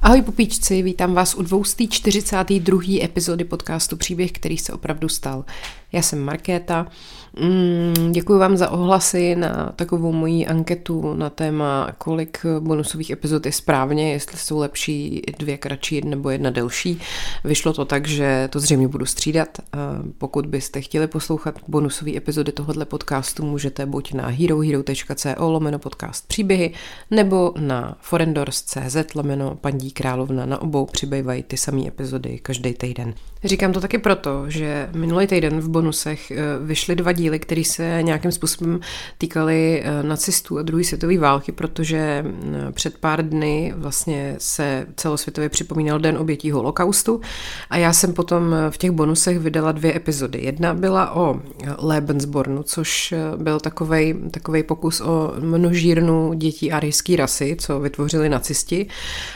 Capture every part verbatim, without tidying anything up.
Ahoj pupíčci, vítám vás u dvouset čtyřicáté druhé epizody podcastu Příběh, který se opravdu stal. Já jsem Markéta, mm, děkuji vám za ohlasy na takovou moji anketu na téma, kolik bonusových epizod je správně, jestli jsou lepší dvě kratší nebo jedna delší. Vyšlo to tak, že to zřejmě budu střídat. Pokud byste chtěli poslouchat bonusové epizody tohoto podcastu, můžete buď na herohero.co lomeno podcast příběhy, nebo na forendors.cz lomeno pandí královna. Na obou přibývají ty samé epizody každý týden. Říkám to taky proto, že minulý týden v bonusech vyšly dva díly, které se nějakým způsobem týkaly nacistů a druhé světové války, protože před pár dny vlastně se celosvětově připomínal Den obětí holokaustu a já jsem potom v těch bonusech vydala dvě epizody. Jedna byla o Lebensbornu, což byl takovej, takovej pokus o množírnu dětí arijské rasy, co vytvořili nacisti.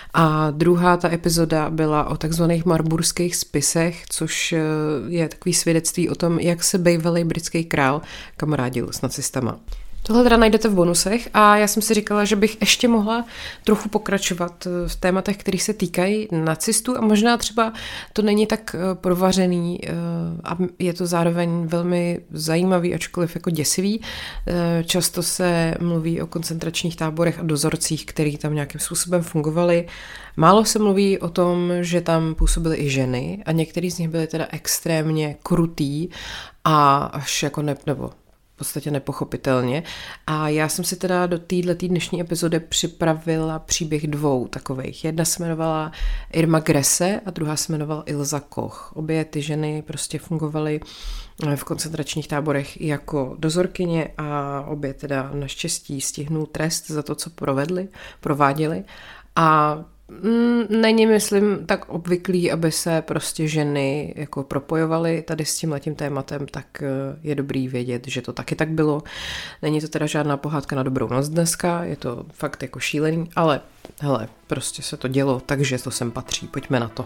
A druhá ta epizoda byla o takzvaných marburských spisech, což je takový svědectví o tom, jak se bývalý britský král kamarádil s nacistama. Tohle teda najdete v bonusech a já jsem si říkala, že bych ještě mohla trochu pokračovat v tématech, které se týkají nacistů a možná třeba to není tak provařený a je to zároveň velmi zajímavý, ačkoliv jako děsivý. Často se mluví o koncentračních táborech a dozorcích, který tam nějakým způsobem fungovali. Málo se mluví o tom, že tam působily i ženy a některý z nich byly teda extrémně krutý a až jako ne, nebo v podstatě nepochopitelně. A já jsem si teda do této dnešní epizody připravila příběh dvou takových. Jedna se jmenovala Irma Grese a druhá se jmenovala Ilza Koch. Obě ty ženy prostě fungovaly v koncentračních táborech jako dozorkyně a obě teda naštěstí stihnul trest za to, co provedly, prováděly. A není, myslím, tak obvyklý, aby se prostě ženy jako propojovaly tady s tímhletím tématem, tak je dobrý vědět, že to taky tak bylo. Není to teda žádná pohádka na dobrou noc dneska, je to fakt jako šílený, ale hele, prostě se to dělo, takže to sem patří, pojďme na to.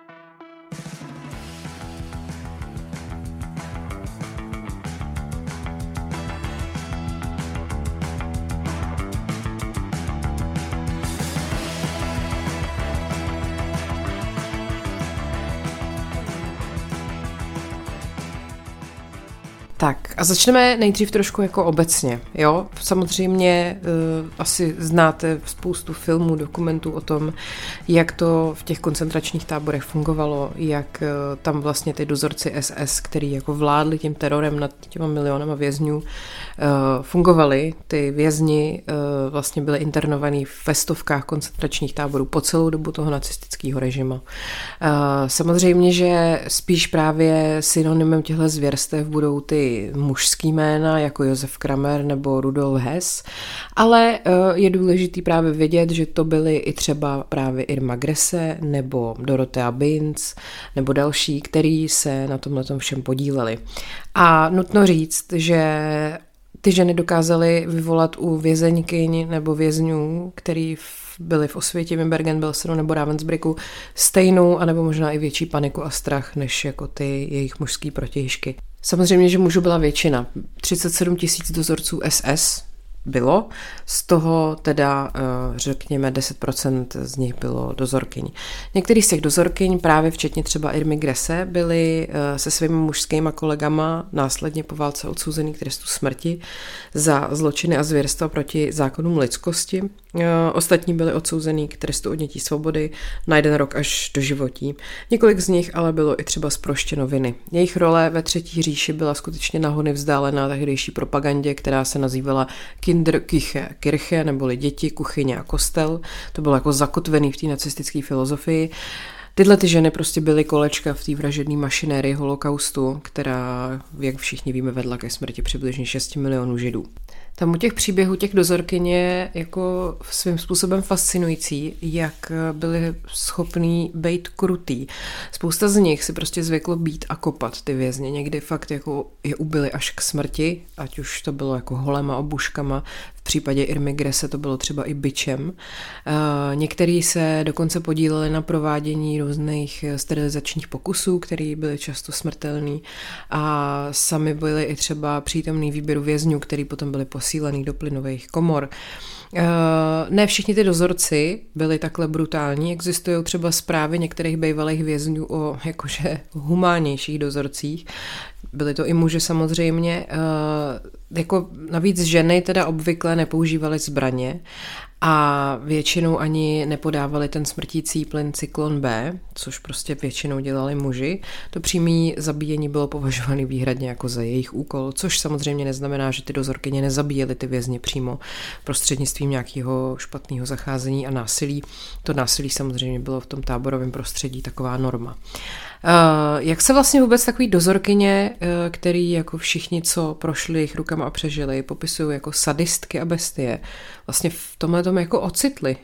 Tak a začneme nejdřív trošku jako obecně, jo. Samozřejmě uh, asi znáte spoustu filmů, dokumentů o tom, jak to v těch koncentračních táborech fungovalo, jak uh, tam vlastně ty dozorci S S, který jako vládli tím terorem nad těma milionama vězňů, uh, fungovali. Ty vězni uh, vlastně byly internovaní ve stovkách koncentračních táborů po celou dobu toho nacistického režimu. Uh, samozřejmě, že spíš právě synonymem těchto zvěrstev budou ty mužský jména jako Josef Kramer nebo Rudolf Hess, ale je důležitý právě vědět, že to byly i třeba právě Irma Grese nebo Dorothea Binz nebo další, který se na tomhletom všem podíleli. A nutno říct, že ty ženy dokázaly vyvolat u vězeňkyň nebo vězňů, který byli v Osvětimi, Bergen-Belsenu nebo Ravensbrücku, stejnou anebo možná i větší paniku a strach, než jako ty jejich mužský protějšky. Samozřejmě, že mužů byla většina. třicet sedm tisíc dozorců S S bylo, z toho teda řekněme deset procent z nich bylo dozorkyň. Některý z těch dozorkyň, právě včetně třeba Irmy Grese, byly se svými mužskýma kolegama následně po válce odsouzený k trestu smrti za zločiny a zvěrstva proti zákonům lidskosti. Ostatní byli odsouzený k trestu odnětí svobody na jeden rok až do životí. Několik z nich ale bylo i třeba zproštěno viny. Jejich role ve Třetí říši byla skutečně nahony vzdálená tehdejší propagandě, která se nazývala Kinder, Küche, Kirche, neboli děti, kuchyně a kostel. To bylo jako zakotvený v té nacistické filozofii. Tyhle ty ženy prostě byly kolečka v té vražedné mašinérii holokaustu, která, jak všichni víme, vedla ke smrti přibližně šesti milionů Židů. Tam u těch příběhů těch dozorkyň je jako svým způsobem fascinující, jak byli schopní být krutý. Spousta z nich si prostě zvyklo být a kopat ty vězně. Někdy fakt jako je ubili až k smrti, ať už to bylo jako holema, obuškama. V případě Irmy Grese to bylo třeba i bičem. Některý se dokonce podíleli na provádění různých sterilizačních pokusů, které byly často smrtelný. A sami byli i třeba přítomný výběru vězňů, který potom byli posílený do plynových komor. Ne všichni ty dozorci byli takhle brutální. Existují třeba zprávy některých bývalých vězňů o jakože humánnějších dozorcích. Byli to i muži samozřejmě. Jako navíc ženy teda obvykle nepoužívaly zbraně a většinou ani nepodávali ten smrtící plyn cyklon B, což prostě většinou dělali muži. To přímé zabíjení bylo považováno výhradně jako za jejich úkol, což samozřejmě neznamená, že ty dozorkyně nezabíjely ty vězně přímo prostřednictvím nějakého špatného zacházení a násilí. To násilí samozřejmě bylo v tom táborovém prostředí taková norma. Uh, jak se vlastně vůbec takový dozorkyně, uh, který jako všichni, co prošli jejich rukama a přežili, popisují jako sadistky a bestie, vlastně v tomhle tomu jako ocitli.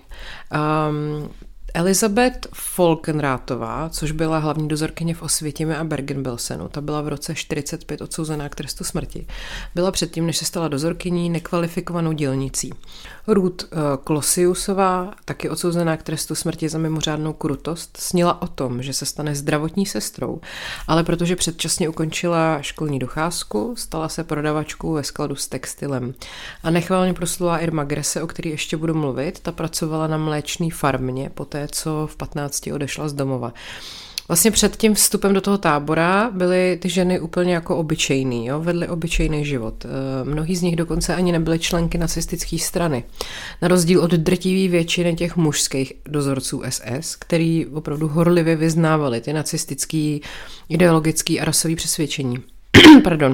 Um, Elizabeth Falkenrátová, což byla hlavní dozorkyně v Osvětimi a Bergen-Belsenu, ta byla v roce čtyřicet pět odsouzená k trestu smrti. Byla předtím, než se stala dozorkyní, nekvalifikovanou dělnicí. Ruth Klosiusová, taky odsouzená k trestu smrti za mimořádnou krutost, snila o tom, že se stane zdravotní sestrou, ale protože předčasně ukončila školní docházku, stala se prodavačkou ve skladu s textilem. A nechvalně proslula Irma Grese, o který ještě budu mluvit, ta pracovala na mléčné farmě, poté co v patnácti odešla z domova. Vlastně před tím vstupem do toho tábora byly ty ženy úplně jako obyčejný, jo? Vedly obyčejný život. Mnohí z nich dokonce ani nebyly členky nacistické strany. Na rozdíl od drtivé většiny těch mužských dozorců S S, který opravdu horlivě vyznávali ty nacistický, ideologický a rasový přesvědčení. Pardon.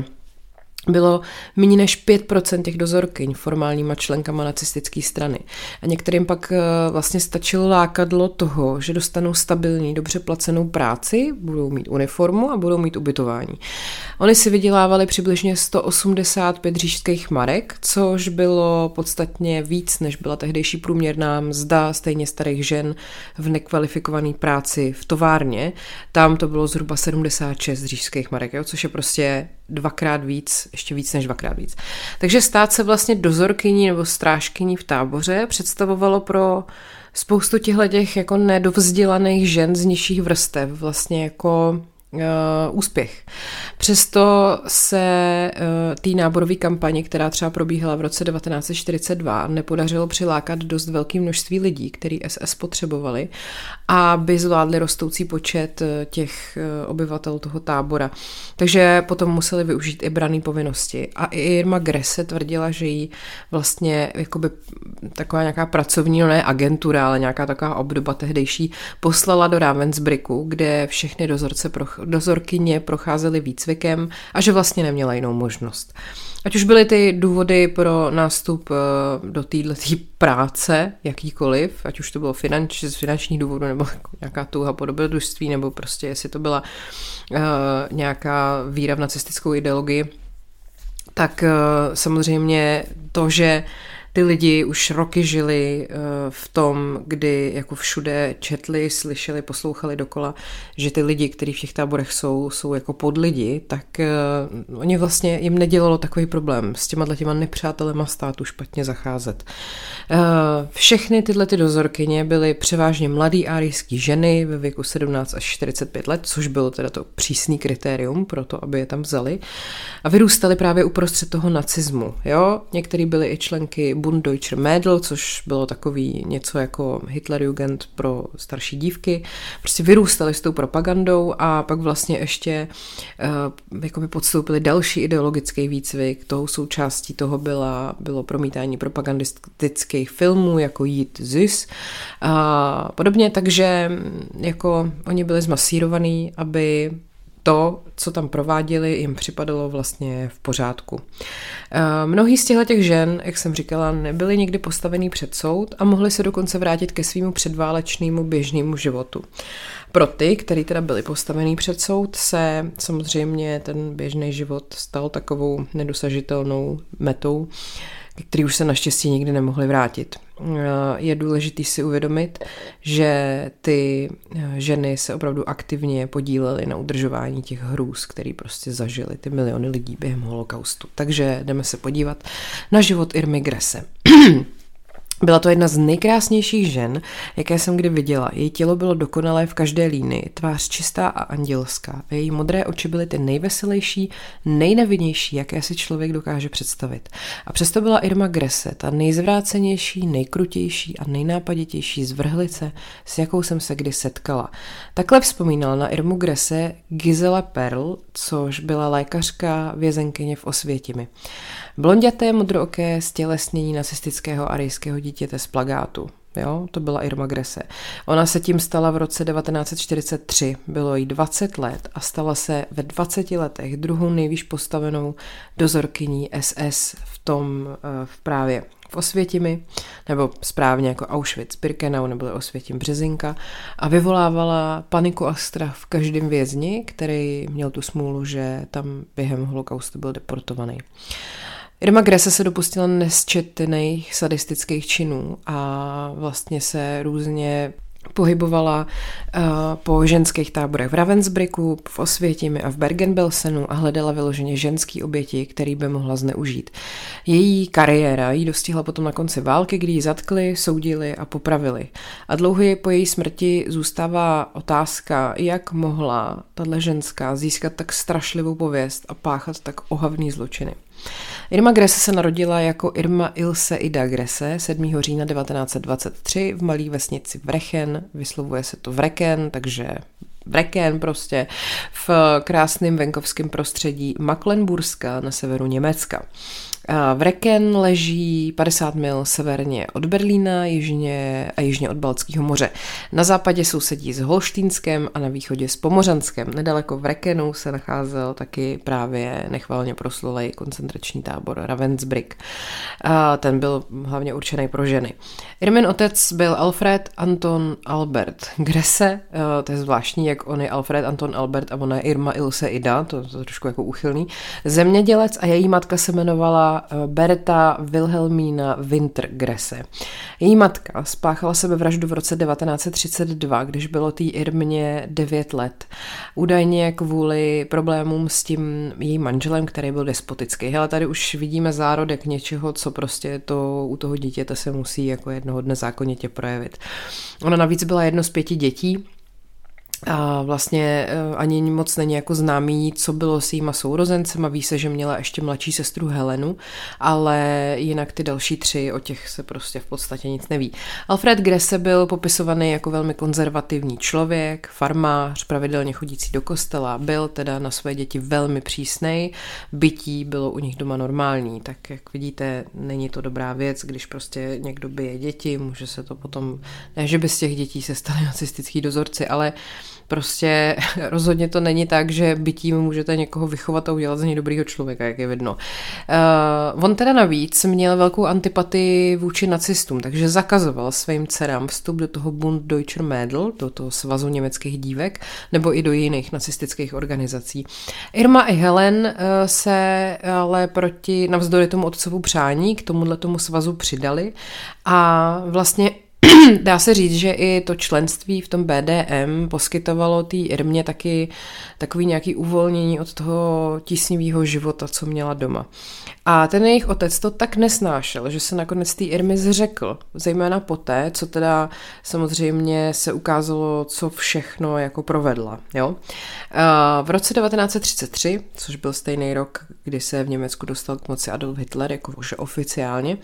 Bylo méně než pět procent těch dozorkyň formálníma členkama nacistické strany. A některým pak vlastně stačilo lákadlo toho, že dostanou stabilní, dobře placenou práci, budou mít uniformu a budou mít ubytování. Oni si vydělávali přibližně sto osmdesát pět říšských marek, což bylo podstatně víc, než byla tehdejší průměrná mzda stejně starých žen v nekvalifikované práci v továrně. Tam to bylo zhruba sedmdesát šest říšských marek, jo, což je prostě dvakrát víc, ještě víc než dvakrát víc. Takže stát se vlastně dozorkyní nebo strážkyní v táboře představovalo pro spoustu těchhletěch jako nedovzdělaných žen z nižších vrstev vlastně jako uh, úspěch. Přesto se uh, té náborové kampani, která třeba probíhala v roce devatenáct set čtyřicet dva, nepodařilo přilákat dost velké množství lidí, který S S potřebovali, aby zvládli rostoucí počet těch uh, obyvatel toho tábora. Takže potom museli využít i branné povinnosti. A i Irma Grese tvrdila, že jí vlastně jakoby taková nějaká pracovní, no ne agentura, ale nějaká taková obdoba tehdejší poslala do Ravensbrücku, kde všechny dozorce proch- dozorkyně procházely výcvikem a že vlastně neměla jinou možnost. Ať už byly ty důvody pro nástup do této práce, jakýkoliv, ať už to bylo finanč, z finančních důvodů, nebo nějaká touha po dobrodružství, nebo prostě jestli to byla uh, nějaká víra v nacistickou ideologii, tak uh, samozřejmě to, že ty lidi už roky žili v tom, kdy jako všude četli, slyšeli, poslouchali dokola, že ty lidi, kteří v těch táborech jsou, jsou jako podlidi, tak uh, oni vlastně jim nedělalo takový problém s těma těma nepřátelema státu špatně zacházet. Uh, všechny tyhle ty dozorkyně byly převážně mladý árijský ženy ve věku sedmnáct až čtyřicet pět let, což bylo teda to přísný kritérium pro to, aby je tam vzali. A vyrůstaly právě uprostřed toho nacismu. Jo? Některý byly i členky Bund Deutscher Mädel, což bylo takový něco jako Hitlerjugend pro starší dívky. Prostě vyrůstali s tou propagandou a pak vlastně ještě uh, jakoby podstoupili další ideologický výcvik. Tou součástí toho byla, bylo promítání propagandistických filmů jako Jít Zys a podobně, takže jako oni byli zmasírovaní, aby to, co tam prováděli, jim připadalo vlastně v pořádku. Mnohý z těchto žen, jak jsem říkala, nebyly nikdy postavený před soud a mohli se dokonce vrátit ke svému předválečnému běžnému životu. Pro ty, kteří teda byli postavený před soud, se samozřejmě ten běžný život stal takovou nedosažitelnou metou, který už se naštěstí nikdy nemohli vrátit. Je důležité si uvědomit, že ty ženy se opravdu aktivně podílely na udržování těch hrůz, který prostě zažili ty miliony lidí během holokaustu. Takže jdeme se podívat na život Irmy Grese. Byla to jedna z nejkrásnějších žen, jaké jsem kdy viděla. Její tělo bylo dokonalé v každé línii, tvář čistá a andělská. A její modré oči byly ty nejveselější, nejnevinnější, jaké si člověk dokáže představit. A přesto byla Irma Grese, ta nejzvrácenější, nejkrutější a nejnápaditější zvrhlice, s jakou jsem se kdy setkala. Takhle vzpomínala na Irmu Grese Gisela Perl, což byla lékařka vězenkyně v Osvětimi. Blonďaté, modrooké stělesnění nacistického arijského dítěte z plagátu. Jo, to byla Irma Grese. Ona se tím stala v roce devatenáct set čtyřicet tři, bylo jí dvacet let a stala se ve dvaceti letech druhou nejvýš postavenou dozorkyní S S v tom v právě v Osvětimi, nebo správně jako Auschwitz-Birkenau, nebo Osvětim Březinka, a vyvolávala paniku a strach v každém vězni, který měl tu smůlu, že tam během holokaustu byl deportovaný. Irma Grese se dopustila nesčetných sadistických činů a vlastně se různě pohybovala uh, po ženských táborech v Ravensbrücku, v Osvětimi a v Bergen-Belsenu a hledala vyloženě ženský oběti, který by mohla zneužít. Její kariéra jí dostihla potom na konci války, kdy ji zatkli, soudili a popravili. A dlouho po její smrti zůstává otázka, jak mohla tato ženská získat tak strašlivou pověst a páchat tak ohavný zločiny. Irma Grese se narodila jako Irma Ilse Ida Grese sedmého října devatenáct set dvacet tři v malé vesnici Vrechen, vyslovuje se to Vreken, takže Vreken prostě, v krásném venkovském prostředí Mecklenburska na severu Německa. Vreken leží padesát mil severně od Berlína jižně a jižně od Baltského moře. Na západě sousedí s Holštýnskem a na východě s Pomořanskem. Nedaleko Vrekenu se nacházel taky právě nechvalně proslulý koncentrační tábor Ravensbrück. Ten byl hlavně určený pro ženy. Irmin otec byl Alfred Anton Albert Grese, to je zvláštní, jak on je Alfred Anton Albert a ona je Irma Ilse Ida, to je trošku jako úchylný, zemědělec, a její matka se jmenovala Berta Wilhelmína Winter Grese. Její matka spáchala sebevraždu v roce devatenáct set třicet dva, když bylo té Irmě devět let. Údajně kvůli problémům s tím jejím manželem, který byl despotický. Hele, tady už vidíme zárodek něčeho, co prostě to u toho dítěte se musí jako jednoho dne zákonitě projevit. Ona navíc byla jedno z pěti dětí, a vlastně ani moc není jako známý, co bylo s jejíma sourozencema. Ví se, že měla ještě mladší sestru Helenu, ale jinak ty další tři, o těch se prostě v podstatě nic neví. Alfred Grese byl popisovaný jako velmi konzervativní člověk, farmář, pravidelně chodící do kostela, byl teda na své děti velmi přísnej, bytí bylo u nich doma normální, tak jak vidíte, není to dobrá věc, když prostě někdo bije děti, může se to potom, ne, že by z těch dětí se stali nacistický dozorci, ale prostě rozhodně to není tak, že bytím můžete někoho vychovat a udělat z něj dobrýho člověka, jak je vidno. Uh, on teda navíc měl velkou antipatii vůči nacistům, takže zakazoval svým dcerám vstup do toho Bund Deutscher Mädel, do toho svazu německých dívek, nebo i do jiných nacistických organizací. Irma i Helen uh, se ale proti, navzdory tomu otcovu přání, k tomuhle tomu svazu přidali a vlastně dá se říct, že i to členství v tom B D M poskytovalo té Irmě taky takový nějaký uvolnění od toho tísnivého života, co měla doma. A ten jejich otec to tak nesnášel, že se nakonec té Irmy zřekl, zejména poté, co teda samozřejmě se ukázalo, co všechno jako provedla. Jo? V roce devatenáct set třicet tři, což byl stejný rok, kdy se v Německu dostal k moci Adolf Hitler, jakože oficiálně,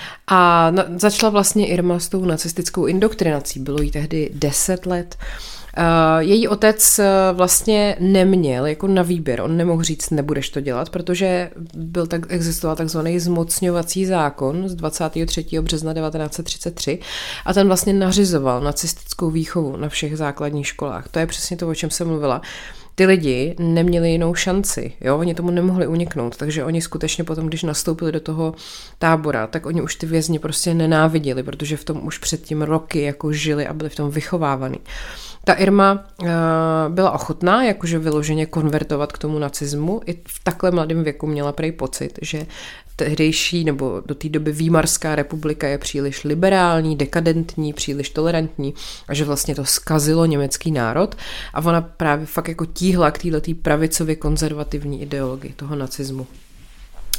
a začala vlastně Irma s tou nacistickou indoktrinací, bylo jí tehdy deset let. Uh, její otec uh, vlastně neměl jako na výběr, on nemohl říct, nebudeš to dělat, protože byl tak, existoval takzvaný zmocňovací zákon z dvacátého třetího března devatenáct set třicet tři a ten vlastně nařizoval nacistickou výchovu na všech základních školách. To je přesně to, o čem jsem mluvila. Ty lidi neměli jinou šanci, jo, oni tomu nemohli uniknout, takže oni skutečně potom, když nastoupili do toho tábora, tak oni už ty vězni prostě nenáviděli, protože v tom už předtím roky jako žili a byli v tom vychovávaný. Ta Irma uh, byla ochotná jakože vyloženě konvertovat k tomu nacismu. I v takhle mladém věku měla prej pocit, že tehdejší nebo do té doby Výmarská republika je příliš liberální, dekadentní, příliš tolerantní a že vlastně to zkazilo německý národ a ona právě fakt jako tíhla k této pravicově konzervativní ideologii toho nacismu.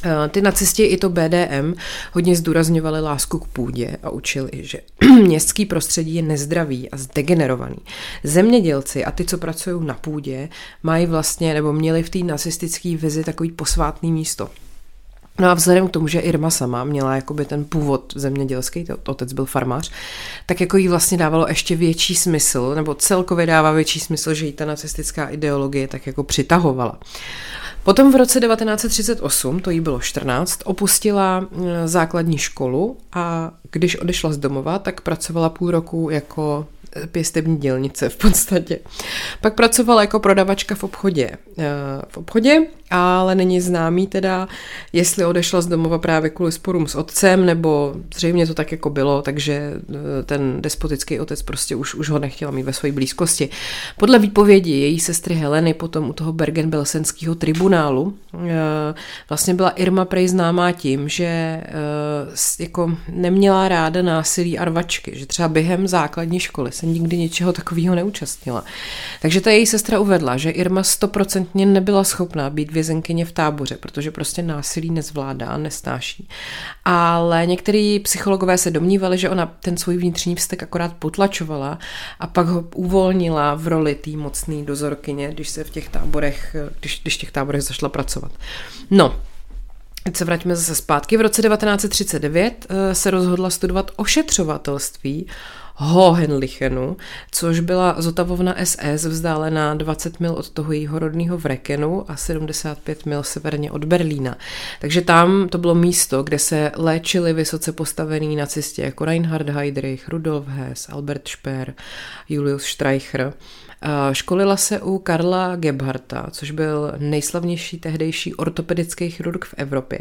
Ty nacisti i to bé dé em hodně zdůrazňovali lásku k půdě a učili, že městský prostředí je nezdravý a zdegenerovaný. Zemědělci a ty, co pracují na půdě, mají vlastně, nebo měli v té nacistické vizi takový posvátný místo. No a vzhledem k tomu, že Irma sama měla jakoby ten původ zemědělský, to otec byl farmář, tak jako jí vlastně dávalo ještě větší smysl, nebo celkově dává větší smysl, že jí ta nacistická ideologie tak jako přitahovala. Potom v roce devatenáct set třicet osm, to jí bylo čtrnáct, opustila základní školu a když odešla z domova, tak pracovala půl roku jako pěstební dělnice v podstatě. Pak pracovala jako prodavačka v obchodě. V obchodě, ale není známý teda, jestli odešla z domova právě kvůli sporům s otcem, nebo zřejmě to tak jako bylo, takže ten despotický otec prostě už, už ho nechtěla mít ve své blízkosti. Podle výpovědi její sestry Heleny potom u toho Bergen-Belsenského tribunálu vlastně byla Irma prej známá tím, že jako neměla ráda násilí a rvačky, že třeba během základní školy se nikdy něčeho takového neúčastnila. Takže ta její sestra uvedla, že Irma stoprocentně nebyla schopná být vězenkyně v táboře, protože prostě násilí nezvládá a nesnáší. Ale některý psychologové se domnívali, že ona ten svůj vnitřní vztek akorát potlačovala a pak ho uvolnila v roli té mocné dozorkyně, když se v těch táborech, když, když v těch táborech zašla pracovat. No, teď se vraťme zase zpátky. V roce devatenáct set třicet devět se rozhodla studovat ošetřovatelství Hohenlichenu, což byla zotavovna es es vzdálená dvacet mil od toho jejího rodného Wreckenu a sedmdesát pět mil severně od Berlína. Takže tam to bylo místo, kde se léčili vysoce postavení nacisti jako Reinhard Heydrich, Rudolf Hess, Albert Speer, Julius Streicher. Školila se u Karla Gebhardta, což byl nejslavnější tehdejší ortopedický chirurg v Evropě.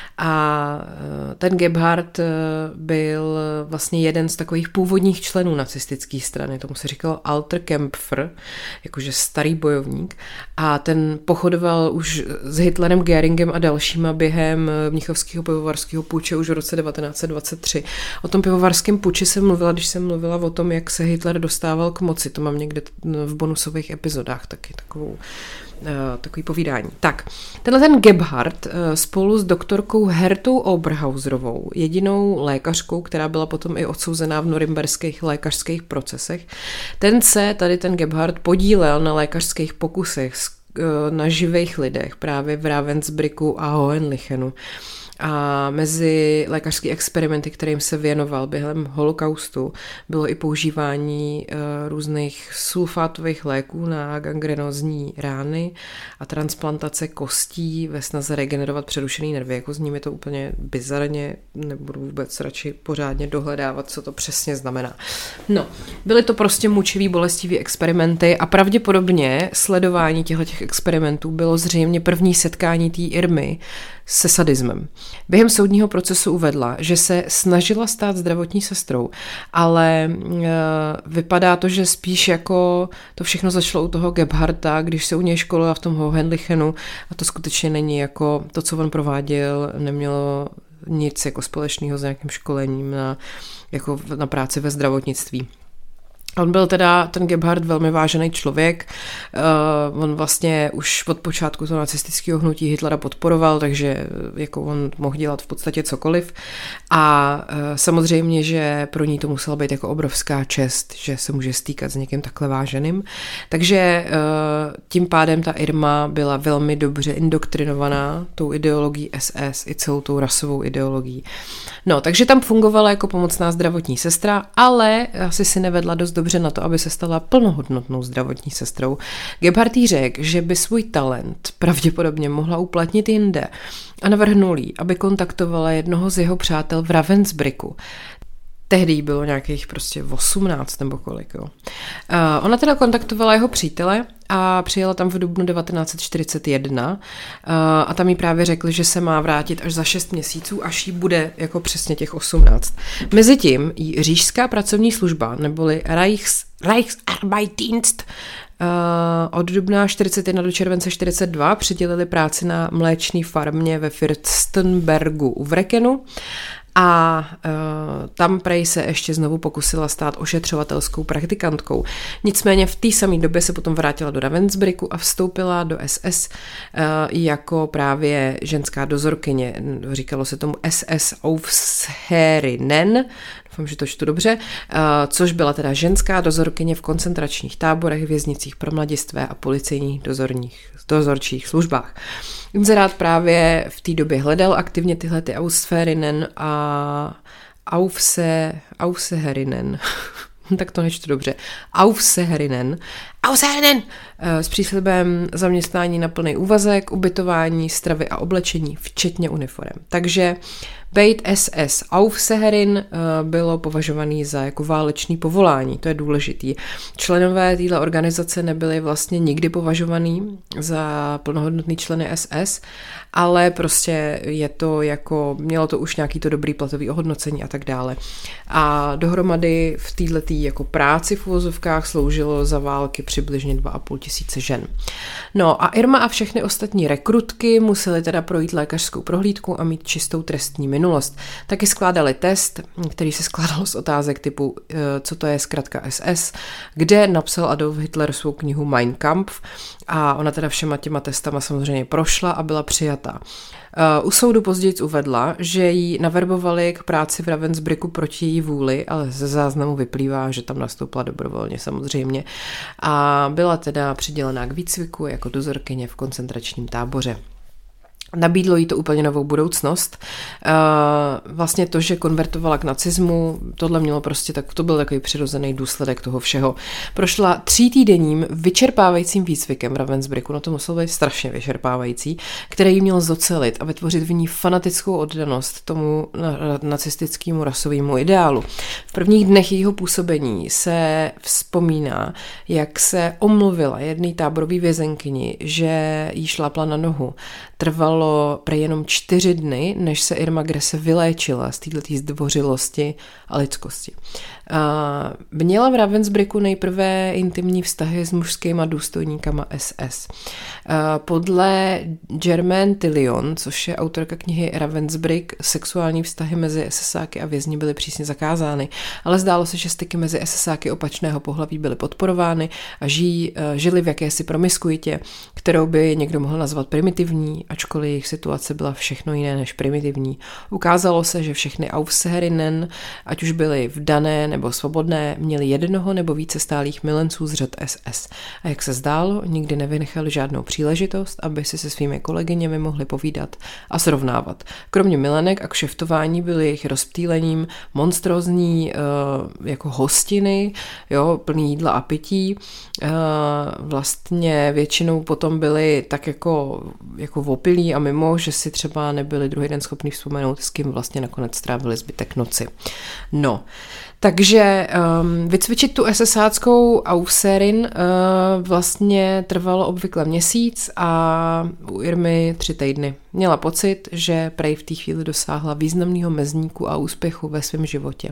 A ten Gebhardt byl vlastně jeden z takových původních členů nacistické strany. Tomu se říkalo Alter Kämpfer, jakože starý bojovník. A ten pochodoval už s Hitlerem, Göringem a dalšíma během mnichovského pivovarského puče už v roce devatenáct set dvacet tři. O tom pivovarském puči jsem mluvila, když jsem mluvila o tom, jak se Hitler dostával k moci. To mám někde v bonusových epizodách taky takovou, uh, takový povídání. Tak, tenhle ten Gebhardt uh, spolu s doktorkou Hertou Oberhauserovou, jedinou lékařkou, která byla potom i odsouzená v norimberských lékařských procesech, ten se, tady ten Gebhardt, podílel na lékařských pokusech uh, na živých lidech právě v Ravensbrücku a Hohenlichenu. A mezi lékařské experimenty, kterým se věnoval během holokaustu, bylo i používání uh, různých sulfátových léků na gangrenózní rány a transplantace kostí ve snaze regenerovat přerušený nervy. Jako s nimi to úplně bizarně, nebudu vůbec radši pořádně dohledávat, co to přesně znamená. No, byly to prostě mučivý, bolestivý experimenty a pravděpodobně sledování těchto experimentů bylo zřejmě první setkání té Irmy se sadismem. Během soudního procesu uvedla, že se snažila stát zdravotní sestrou, ale e, vypadá to, že spíš jako to všechno začalo u toho Gebhardta, když se u něj školila v tom Hohenlichenu a to skutečně není jako to, co on prováděl, nemělo nic jako společného s nějakým školením na, jako na práci ve zdravotnictví. On byl teda, ten Gebhardt, velmi vážený člověk, uh, on vlastně už od počátku toho nacistického hnutí Hitlera podporoval, takže jako on mohl dělat v podstatě cokoliv a uh, samozřejmě, že pro ní to musela být jako obrovská čest, že se může stýkat s někým takhle váženým, takže uh, tím pádem ta Irma byla velmi dobře indoktrinovaná tou ideologií es es i celou tou rasovou ideologií. No, takže tam fungovala jako pomocná zdravotní sestra, ale asi si nevedla dost dobře na to, aby se stala plnohodnotnou zdravotní sestrou. Gebhardt jí řekl, že by svůj talent pravděpodobně mohla uplatnit jinde a navrhnul jí, aby kontaktovala jednoho z jeho přátel v Ravensbrücku. Tehdy bylo nějakých prostě osmnáct nebo kolik. Jo. Uh, ona teda kontaktovala jeho přítele a přijela tam v dubnu devatenáct set čtyřicet jedna uh, a tam jí právě řekli, že se má vrátit až za šest měsíců, až jí bude jako přesně těch osmnáct. Mezitím jí říšská pracovní služba, neboli Reichs, Reichsarbeitsdienst, Uh, od dubna čtyřicet jedna do července čtyřicet dva přidělili práci na mléčné farmě ve Fürstenbergu u Wreckenu a uh, tam prej se ještě znovu pokusila stát ošetřovatelskou praktikantkou. Nicméně v té samé době se potom vrátila do Ravensbrücku a vstoupila do S S uh, jako právě ženská dozorkyně. Říkalo se tomu S S Aufseherinnen, doufám, že to čtu dobře, uh, což byla teda ženská dozorkyně v koncentračních táborech, věznicích pro mladistvé a policejních dozorních, dozorčích službách. Inzerát právě v té době hledal aktivně tyhle ty Aufseherinnen a Aufse, Aufseherinnen, tak to nečtu dobře, Aufseherinnen, Aufseherinnen s příslibem zaměstnání na plný úvazek, ubytování, stravy a oblečení, včetně uniform. Takže být S S Aufseherin bylo považovaný za jako válečný povolání, to je důležitý. Členové této organizace nebyli vlastně nikdy považovaný za plnohodnotný členy S S, ale prostě je to jako, mělo to už nějaký to dobrý platový ohodnocení a tak dále. A dohromady v této jako práci v uvozovkách sloužilo za války přibližně dva a půl tisíce žen. No a Irma a všechny ostatní rekrutky musely teda projít lékařskou prohlídku a mít čistou trestní minulost. Taky skládali test, který se skládal z otázek typu, co to je zkratka S S, kde napsal Adolf Hitler svou knihu Mein Kampf a ona teda všema těma testama samozřejmě prošla a byla přijatá. U soudu později uvedla, že ji naverbovali k práci v Ravensbrücku proti její vůli, ale ze záznamu vyplývá, že tam nastoupila dobrovolně samozřejmě a byla teda přidělená k výcviku jako dozorkyně v koncentračním táboře. Nabídlo jí to úplně novou budoucnost. Vlastně to, že konvertovala k nacismu, tohle mělo prostě, tak to byl takový přirozený důsledek toho všeho. Prošla třítýdenním vyčerpávajícím výcvikem v Ravensbrücku, no to muselo být strašně vyčerpávající, který jí měl zocelit a vytvořit v ní fanatickou oddanost tomu nacistickému rasovému ideálu. V prvních dnech jejího působení se vzpomíná, jak se omluvila jedné táborové vězenkyni, že jí šlápla na nohu. Trvalo prej jenom čtyři dny, než se Irma Grese vyléčila z této zdvořilosti a lidskosti. A měla v Ravensbrücku nejprve intimní vztahy s mužskýma důstojníkama S S. A podle Germaine Tillion, což je autorka knihy Ravensbrück, sexuální vztahy mezi SSáky a vězni byly přísně zakázány, ale zdálo se, že styky mezi SSáky opačného pohlaví byly podporovány a žijí, žili v jakési promiskuitě, kterou by někdo mohl nazvat primitivní, ačkoliv jejich situace byla všechno jiné než primitivní. Ukázalo se, že všechny Aufseherinnen, ať už byly vdané nebo svobodné, měli jednoho nebo více stálých milenců z řad S S. A jak se zdálo, nikdy nevynechali žádnou příležitost, aby si se svými kolegyněmi mohli povídat a srovnávat. Kromě milenek a kšeftování byly jejich rozptýlením monstrózní uh, jako hostiny, jo, plný jídla a pití. Uh, vlastně většinou potom byly tak jako, jako opilí a mimo, že si třeba nebyli druhý den schopni vzpomenout, s kým vlastně nakonec strávili zbytek noci. No, takže um, vycvičit tu SSáckou Aufseherin uh, vlastně trvalo obvykle měsíc a u Irmy tři týdny. Měla pocit, že prej v té chvíli dosáhla významného mezníku a úspěchu ve svém životě.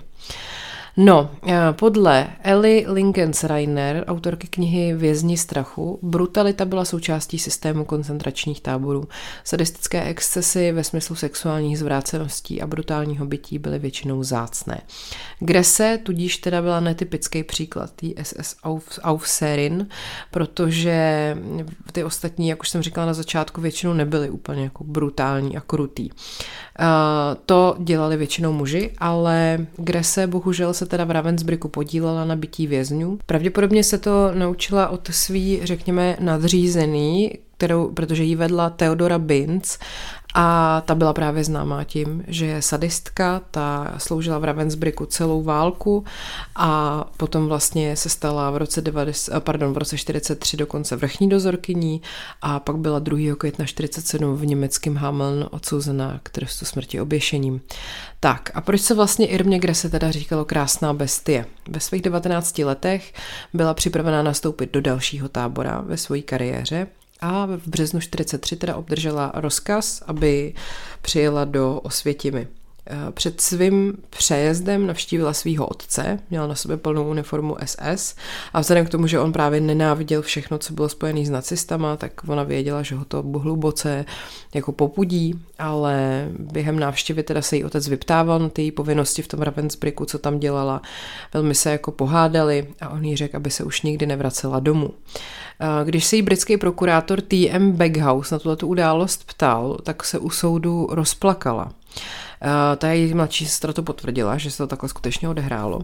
No, podle Elly Linkens-Rainer, autorky knihy Vězni strachu, brutalita byla součástí systému koncentračních táborů. Sadistické excesy ve smyslu sexuálních zvráceností a brutálního bytí byly většinou vzácné. Grese tudíž teda byla netypický příklad té S S Aufseherin, protože ty ostatní, jak už jsem říkala na začátku, většinou nebyly úplně jako brutální a krutý. To dělali většinou muži, ale Grese bohužel se teda v Ravensbrücku podílela na bytí vězňů. Pravděpodobně se to naučila od svý, řekněme, nadřízený, kterou, protože jí vedla Theodora Binz a ta byla právě známá tím, že je sadistka, ta sloužila v Ravensbrücku celou válku a potom vlastně se stala v roce, devadesát, pardon, v roce čtyřicet tři dokonce vrchní dozorkyní a pak byla druhého května čtyřicet sedm v německém Hameln odsouzena k trestu smrti oběšením. Tak a proč se vlastně Irmě Grese teda říkalo krásná bestie? Ve svých devatenácti letech byla připravená nastoupit do dalšího tábora ve své kariéře a v březnu čtyřicet tři teda obdržela rozkaz, aby přijela do Osvětimi. Před svým přejezdem navštívila svého otce, měla na sobě plnou uniformu S S a vzhledem k tomu, že on právě nenáviděl všechno, co bylo spojené s nacistama, tak ona věděla, že ho to hluboce jako popudí, ale během návštěvy teda se jí otec vyptával na ty její povinnosti v tom Ravensbrücku, co tam dělala. Velmi se jako pohádali a on jí řekl, aby se už nikdy nevracela domů. Když se jí britský prokurátor T M Backhouse na tuto událost ptal, tak se u soudu rozplakala. Uh, ta její mladší sestra to potvrdila, že se to takhle skutečně odehrálo. Uh,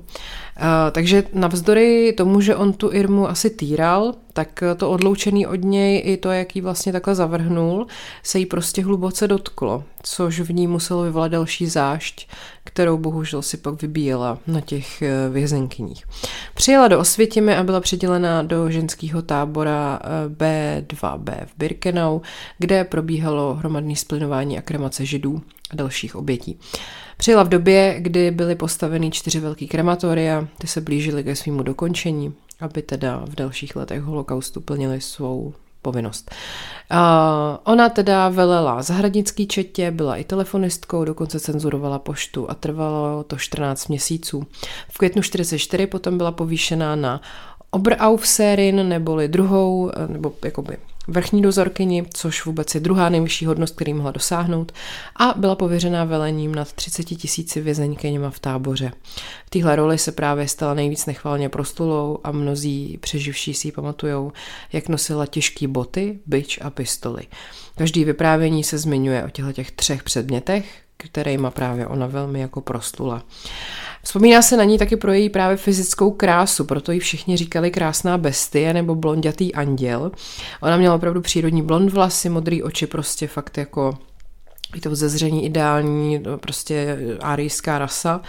takže navzdory tomu, že on tu Irmu asi týral, tak to odloučený od něj i to, jak jí vlastně takhle zavrhnul, se jí prostě hluboce dotklo, což v ní muselo vyvolat další zášť, kterou bohužel si pak vybíjela na těch vězenkyních. Přijela do Osvětimi a byla přidělena do ženského tábora B dva B v Birkenau, kde probíhalo hromadné splynování a kremace židů a dalších obětí. Přijela v době, kdy byly postaveny čtyři velký krematoria, ty se blížily ke svému dokončení, aby teda v dalších letech holokaustu plnili svou povinnost. Uh, ona teda velela zahradnický četě, byla i telefonistkou, dokonce cenzurovala poštu a trvalo to čtrnáct měsíců. V květnu čtyřicet čtyři potom byla povýšená na Oberaufseherin, neboli druhou, nebo jakoby vrchní dozorkyni, což vůbec je druhá nejvyšší hodnost, který mohla dosáhnout, a byla pověřená velením nad třiceti tisíci vězeňkyněma v táboře. V téhle roli se právě stala nejvíc nechvalně proslulou a mnozí přeživší si ji pamatujou, jak nosila těžké boty, bič a pistoli. Každý vyprávění se zmiňuje o těchto těch třech předmětech, kterýma právě ona velmi jako proslula. Vzpomíná se na ní taky pro její právě fyzickou krásu, proto jí všichni říkali krásná bestie nebo blondětý anděl. Ona měla opravdu přírodní blond vlasy, modrý oči, prostě fakt jako je to vzezření ideální, prostě árijská rasa.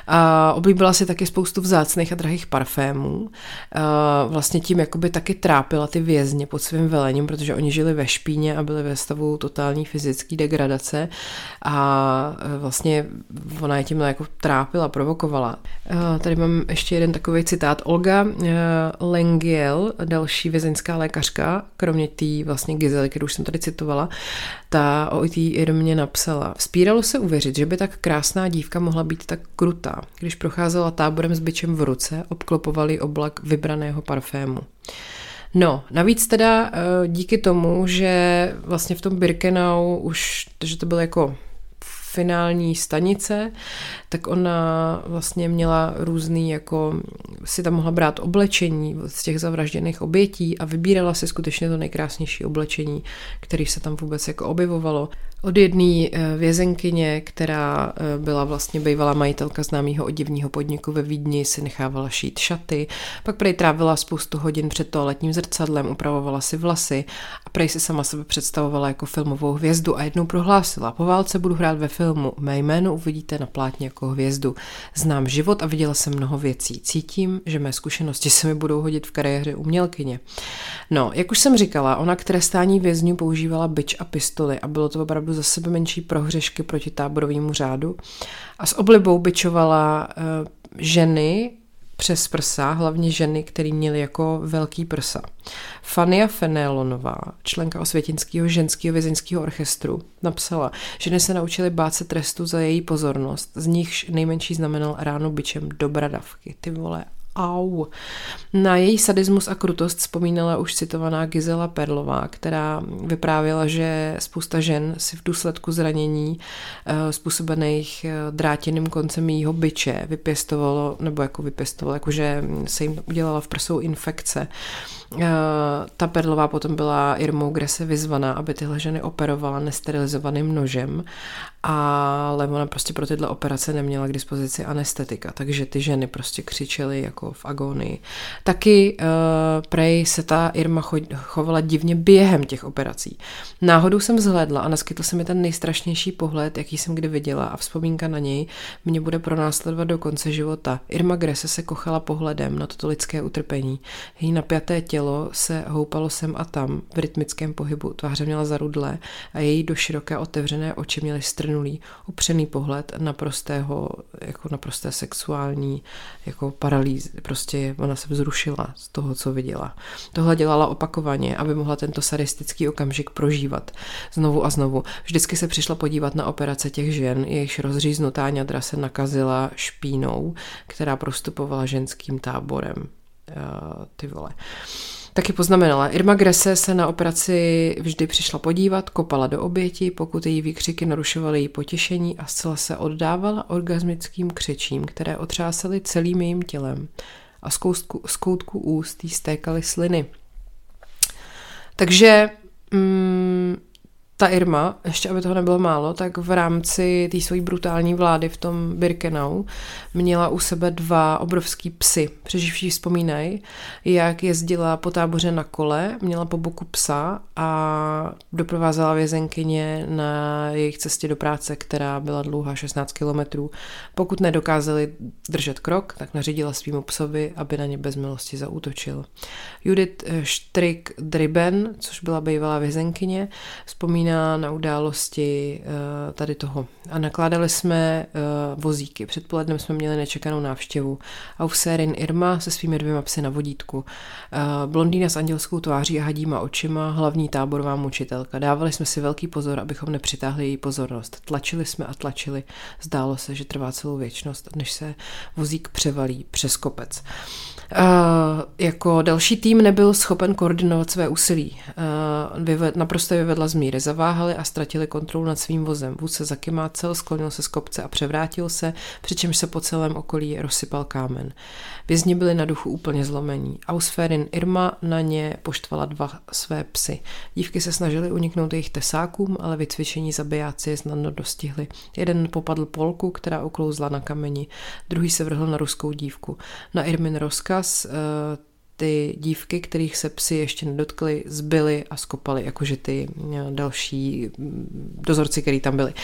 A oblíbila si taky spoustu vzácných a drahých parfémů. A vlastně tím jakoby taky trápila ty vězně pod svým velením, protože oni žili ve špíně a byli ve stavu totální fyzické degradace a vlastně ona je tím jako trápila, provokovala. A tady mám ještě jeden takový citát. Olga Lengiel, další vězeňská lékařka, kromě té vlastně Gizely, kterou už jsem tady citovala, ta o té Irmě napsala: Vzpíralo se uvěřit, že by tak krásná dívka mohla být tak krutá. Když procházela táborem s bičem v ruce, obklopovali oblak vybraného parfému. No, navíc teda díky tomu, že vlastně v tom Birkenau už, že to bylo jako finální stanice, tak ona vlastně měla různý, jako si tam mohla brát oblečení z těch zavražděných obětí a vybírala si skutečně to nejkrásnější oblečení, který se tam vůbec jako objevovalo. Od jedné vězenkyně, která byla vlastně bývalá majitelka známého oděvního podniku ve Vídni, si nechávala šít šaty, pak prej trávila spoustu hodin před toaletním zrcadlem, upravovala si vlasy a prej si sama sebe představovala jako filmovou hvězdu a jednou prohlásila: po válce budu hrát ve filmu, mé jméno uvidíte na plátně jako hvězdu. Znám život a viděla jsem mnoho věcí. Cítím, že mé zkušenosti se mi budou hodit v kariéře umělkyně. No, jak už jsem říkala, ona k trestání vězňů používala bič a pistoli a bylo to opravdu za sebe menší prohřešky proti táborovému řádu a s oblibou bičovala uh, ženy přes prsa, hlavně ženy, které měly jako velký prsa. Fania Fenélonová, členka Osvětinského ženského vězeňského orchestru, napsala: ženy se naučily bát se trestu za její pozornost, z nichž nejmenší znamenal ránu bičem do bradavky. Ty vole, au. Na její sadismus a krutost vzpomínala už citovaná Gizela Perlová, která vyprávěla, že spousta žen si v důsledku zranění uh, způsobených uh, drátěným koncem jejího biče vypěstovalo, nebo jako vypěstovalo, jakože se jim udělala v prsou infekce. Uh, ta Perlová potom byla Irmou Grese vyzvaná, aby tyhle ženy operovala nesterilizovaným nožem, ale ona prostě pro tyhle operace neměla k dispozici anestetika, takže ty ženy prostě křičely jako v agonii. Taky uh, prej se ta Irma cho- chovala divně během těch operací. Náhodou jsem zhlédla a naskytl se mi ten nejstrašnější pohled, jaký jsem kdy viděla, a vzpomínka na něj mě bude pronásledovat do konce života. Irma Grese se kochala pohledem na toto lidské utrpení. Její napjaté tělo se houpalo sem a tam v rytmickém pohybu, tváře měla zarudlé a její do široké otevřené oči měly strnulý, upřený pohled naprostého, jako naprosté sexuální jako paralýzy, Prostě ona se vzrušila z toho, co viděla. Tohle dělala opakovaně, aby mohla tento sadistický okamžik prožívat znovu a znovu. Vždycky se přišla podívat na operace těch žen, jejichž rozříznutá ňadra se nakazila špínou, která prostupovala ženským táborem. Uh, ty vole. Taky poznamenala, Irma Grese se na operaci vždy přišla podívat, kopala do oběti, pokud její výkřiky narušovaly její potěšení a zcela se oddávala orgasmickým křečím, které otřásaly celým jejím tělem a z, koustku, z koutku úst jí stékaly sliny. Takže mm, ta Irma, ještě aby toho nebylo málo, tak v rámci té své brutální vlády v tom Birkenau měla u sebe dva obrovský psy. Přeživší vzpomínají, jak jezdila po táboře na kole, měla po boku psa a doprovázela vězenkyně na jejich cestě do práce, která byla dlouhá šestnáct kilometrů. Pokud nedokázali držet krok, tak nařídila svýmu psovi, aby na ně bez milosti zaútočil. Judith Strick-Driben, což byla bývalá vězenkyně, vzpomíná na události uh, tady toho. A nakládali jsme uh, vozíky. Předpolednem jsme měli nečekanou návštěvu. Aufseherin Irma se svými dvěma psy na vodítku. Uh, blondýna s andělskou tváří a hadíma očima, hlavní táborová mučitelka. Dávali jsme si velký pozor, abychom nepřitáhli její pozornost. Tlačili jsme a tlačili. Zdálo se, že trvá celou věčnost, než se vozík převalí přes kopec. Uh, jako další tým nebyl schopen koordinovat své úsilí. Uh, vyved, naprosto vyvedla z míry. Zaváhali a ztratili kontrolu nad svým vozem. Vůz se zakymácel, sklonil se z kopce a převrátil se, přičemž se po celém okolí rozsypal kámen. Vězni byli na duchu úplně zlomení. Aufseherin Irma na ně poštvala dva své psy. Dívky se snažily uniknout jejich tesákům, ale vycvičení zabijáci je snadno dostihli. Jeden popadl Polku, která uklouzla na kameni, druhý se vrhl na ruskou dívku. Na Irmin rozkaz ty dívky, kterých se psi ještě nedotkly, zbyly a skopali, jakože ty další dozorci, který tam byli.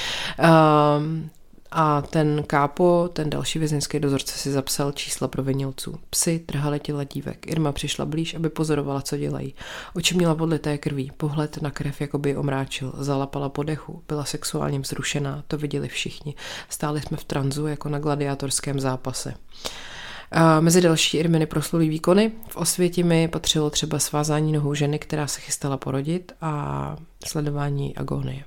A ten kápo, ten další vězeňský dozorce si zapsal čísla provinilců. Psi trhali těla dívek. Irma přišla blíž, aby pozorovala, co dělají. Oči měla podlité krví, pohled na krev jakoby ji omráčil, zalapala po dechu, byla sexuálně vzrušená, to viděli všichni. Stáli jsme v tranzu jako na gladiátorském zápase. A mezi další Irminy proslulý výkony v Osvětimi patřilo třeba svázání nohou ženy, která se chystala porodit, a sledování agonie.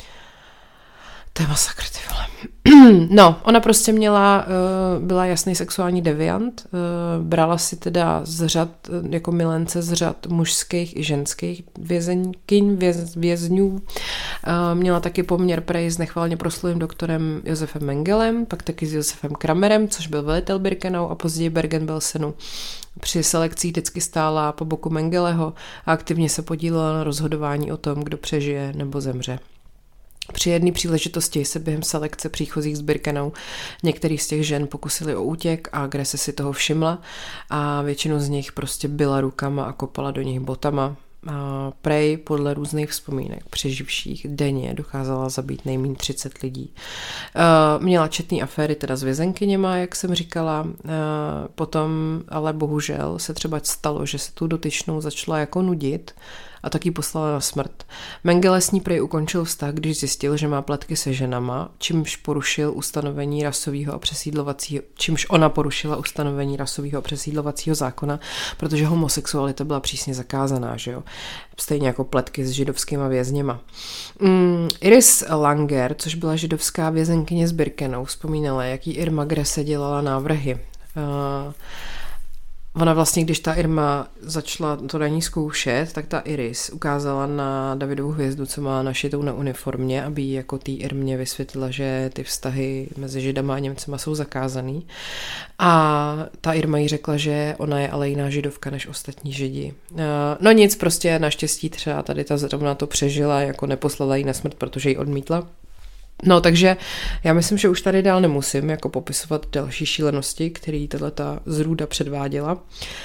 To je masakr, ty vole. No, ona prostě měla, byla jasný sexuální deviant, brala si teda z řad, jako milence z řad mužských i ženských vězenkyň, věz, vězňů. Měla taky poměr prej s nechválně proslulým doktorem Josefem Mengelem, pak taky s Josefem Kramerem, což byl velitel Birkenau a později Bergen-Belsenu. Při selekcích vždycky stála po boku Mengeleho a aktivně se podílela na rozhodování o tom, kdo přežije nebo zemře. Při jedné příležitosti se během selekce příchozích z Birkenau některý z těch žen pokusili o útěk a Grese si toho všimla a většinu z nich prostě byla rukama a kopala do nich botama. A prej podle různých vzpomínek přeživších denně dokázala zabít nejméně třicet lidí. Měla četný aféry teda s vězenkyněma, jak jsem říkala, potom ale bohužel se třeba stalo, že se tu dotyčnou začala jako nudit a taky poslala na smrt. Mengele s ní prej ukončil vztah, když zjistil, že má pletky se ženama, čímž porušil ustanovení rasového a přesídlovacího, čímž ona porušila ustanovení rasového a přesídlovacího zákona, protože homosexualita byla přísně zakázaná, že jo? Stejně jako pletky s židovskýma vězněma. Mm, Iris Langer, což byla židovská vězenkyně z Birkenau, vzpomínala, jaký Irma Grese dělala návrhy. Uh, Ona vlastně, když ta Irma začala to na ní zkoušet, tak ta Iris ukázala na Davidovu hvězdu, co má našitou na uniformě, aby jí jako té Irmě vysvětlila, že ty vztahy mezi Židama a Němcema jsou zakázaný. A ta Irma jí řekla, že ona je ale jiná židovka než ostatní Židi. No nic, prostě naštěstí třeba tady ta zrovna to přežila, jako neposlala jí na smrt, protože ji odmítla. No, takže já myslím, že už tady dál nemusím jako popisovat další šílenosti, který tato zrůda předváděla.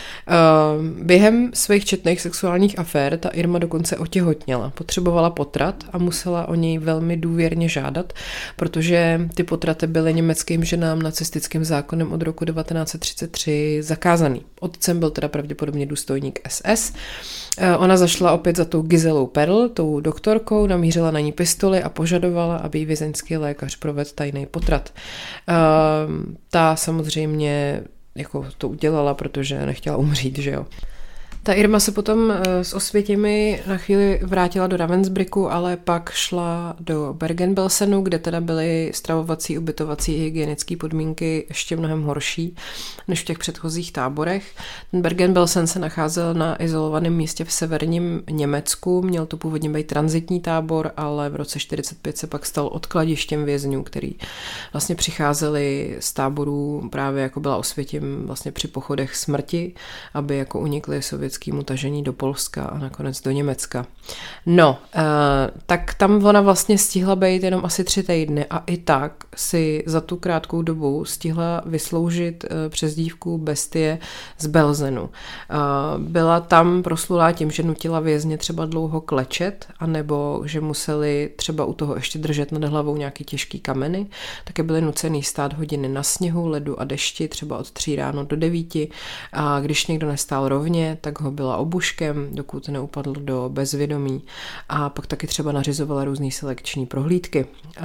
Během svých četných sexuálních afér ta Irma dokonce otěhotněla. Potřebovala potrat a musela o něj velmi důvěrně žádat, protože ty potraty byly německým ženám nacistickým zákonem od roku devatenáct set třicet tři zakázaný. Otcem byl teda pravděpodobně důstojník S S. Ona zašla opět za tou Giselou Perl, tou doktorkou, namířila na ní pistoli a požadovala, aby jí vězeňský lékař provedl tajný potrat. Ta samozřejmě jako to udělala, protože nechtěla umřít, že jo. Ta Irma se potom s Osvětimi na chvíli vrátila do Ravensbrücku, ale pak šla do Bergen-Belsenu, kde teda byly stravovací, ubytovací i hygienické podmínky ještě mnohem horší než v těch předchozích táborech. Ten Bergen-Belsen se nacházel na izolovaném místě v severním Německu, měl to původně být tranzitní tábor, ale v roce čtyřicet pět se pak stal odkladištěm vězňů, který vlastně přicházeli z táborů právě jako byla Osvětim vlastně při pochodech smrti, aby jako unikli sovětským tažení do Polska a nakonec do Německa. No, eh, tak tam ona vlastně stihla být jenom asi tři týdny a i tak si za tu krátkou dobu stihla vysloužit eh, přezdívku Bestie z Belzenu. Eh, byla tam proslulá tím, že nutila vězně třeba dlouho klečet, anebo že museli třeba u toho ještě držet nad hlavou nějaký těžký kameny, také byli nucený stát hodiny na sněhu, ledu a dešti, třeba od tří ráno do devíti, a když někdo nestál rovně, tak ho byla obuškem, dokud neupadl do bezvědomí, a pak taky třeba nařizovala různý selekční prohlídky.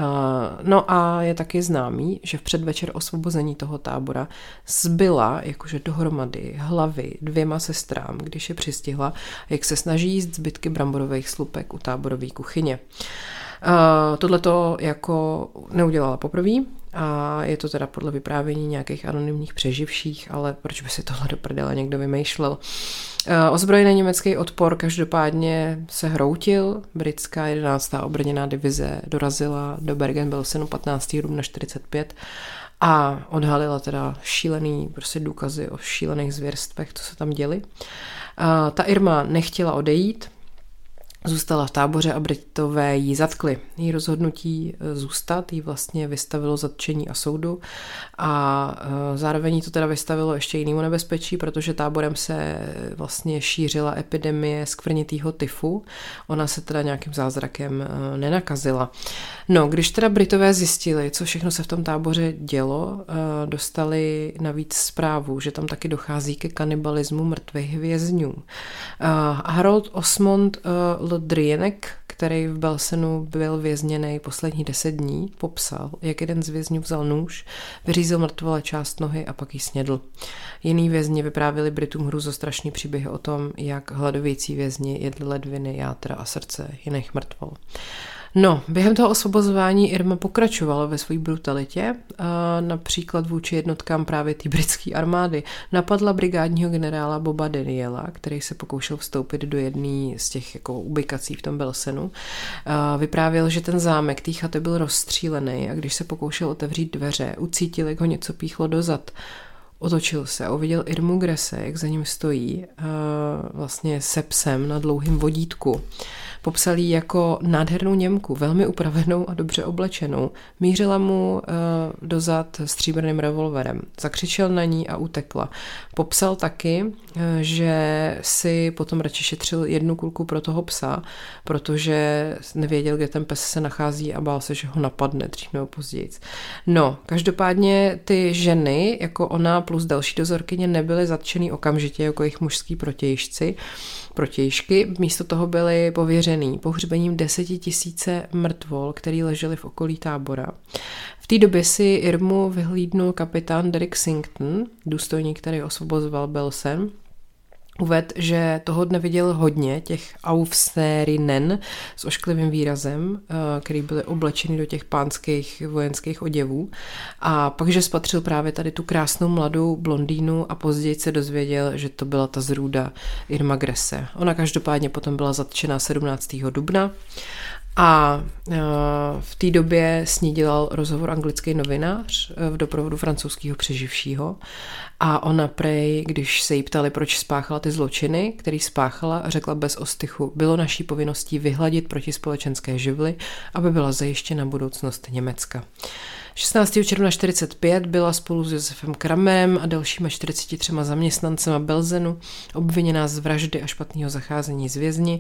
No a je taky známý, že v předvečer osvobození toho tábora zbyla jakože dohromady hlavy dvěma sestrám, když je přistihla, jak se snaží jíst zbytky bramborových slupek u táborové kuchyně. Uh, Tohle to jako neudělala poprvé a je to teda podle vyprávění nějakých anonymních přeživších, ale proč by si tohle do prdele někdo vymýšlel. Uh, ozbrojený německý odpor každopádně se hroutil, britská jedenáctá obrněná divize dorazila do Bergen-Belsenu patnáctého dubna čtyřicet pět a odhalila teda šílený prostě důkazy o šílených zvěrstvech, co se tam děli. Uh, ta Irma nechtěla odejít, zůstala v táboře a Britové jí zatkli. Její rozhodnutí zůstat jí vlastně vystavilo zatčení a soudu a zároveň jí to teda vystavilo ještě jinému nebezpečí, protože táborem se vlastně šířila epidemie skvrnitýho tyfu. Ona se teda nějakým zázrakem nenakazila. No, když teda Britové zjistili, co všechno se v tom táboře dělo, dostali navíc zprávu, že tam taky dochází ke kanibalismu mrtvých vězňů. Harold Osmond Drienek, který v Belsenu byl vězněný poslední deset dní, popsal, jak jeden z vězňů vzal nůž, vyřízl mrtvole část nohy a pak ji snědl. Jiný vězni vyprávěli Britům hruzostrašný příběhy o tom, jak hladovějící vězni jedli ledviny, játra a srdce jiných mrtvol. No, během toho osvobozování Irma pokračovala ve své brutalitě, a například vůči jednotkám právě té britské armády. Napadla brigádního generála Boba Daniela, který se pokoušel vstoupit do jedné z těch jako ubikací v tom Belsenu. A vyprávěl, že ten zámek té chaty byl rozstřílený a když se pokoušel otevřít dveře, ucítil, jak ho něco píchlo dozad. Otočil se a uviděl Irmu Gresse, jak za ním stojí, vlastně se psem na dlouhým vodítku. Popsal jí jako nádhernou Němku, velmi upravenou a dobře oblečenou. Mířila mu uh, dozad stříbrným revolverem. Zakřičel na ní a utekla. Popsal taky, uh, že si potom radši šetřil jednu kulku pro toho psa, protože nevěděl, kde ten pes se nachází a bál se, že ho napadne dřív nebo později. No, každopádně ty ženy, jako ona plus další dozorkyně, nebyly zatčený okamžitě jako jejich mužský protějšci, protějšky. Místo toho byly pověřený pohřbením desetitisíce mrtvol, který ležely v okolí tábora. V té době si Irmu vyhlídnul kapitán Derek Sington, důstojník, který osvobozoval Belsen. Uvedl, že toho dne viděl hodně těch Aufseherinen s ošklivým výrazem, který byly oblečeny do těch pánských vojenských oděvů. A pak, že spatřil právě tady tu krásnou mladou blondýnu a později se dozvěděl, že to byla ta zrůda Irma Gresse. Ona každopádně potom byla zatčena sedmnáctého dubna. A v té době s ní dělal rozhovor anglický novinář v doprovodu francouzského přeživšího a ona prej, když se jí ptali, proč spáchala ty zločiny, který spáchala, řekla bez ostychu, bylo naší povinností vyhladit protispolečenské živly, aby byla zajištěna budoucnost Německa. šestnáctého června čtyřicet pět byla spolu s Josefem Kramerem a dalšíma čtyřiceti třemi zaměstnancema Belzenu obviněná z vraždy a špatného zacházení s vězni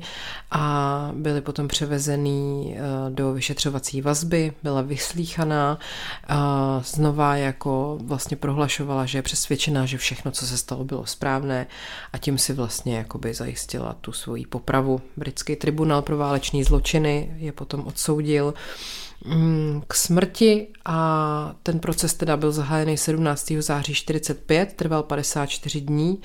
a byly potom převezený do vyšetřovací vazby, byla vyslíchaná, a znova jako vlastně prohlašovala, že je přesvědčená, že všechno, co se stalo, bylo správné a tím si vlastně jakoby zajistila tu svoji popravu. Britský tribunál pro váleční zločiny je potom odsoudil k smrti a ten proces teda byl zahájený sedmnáctého září čtyřicet pět, trval padesát čtyři dní.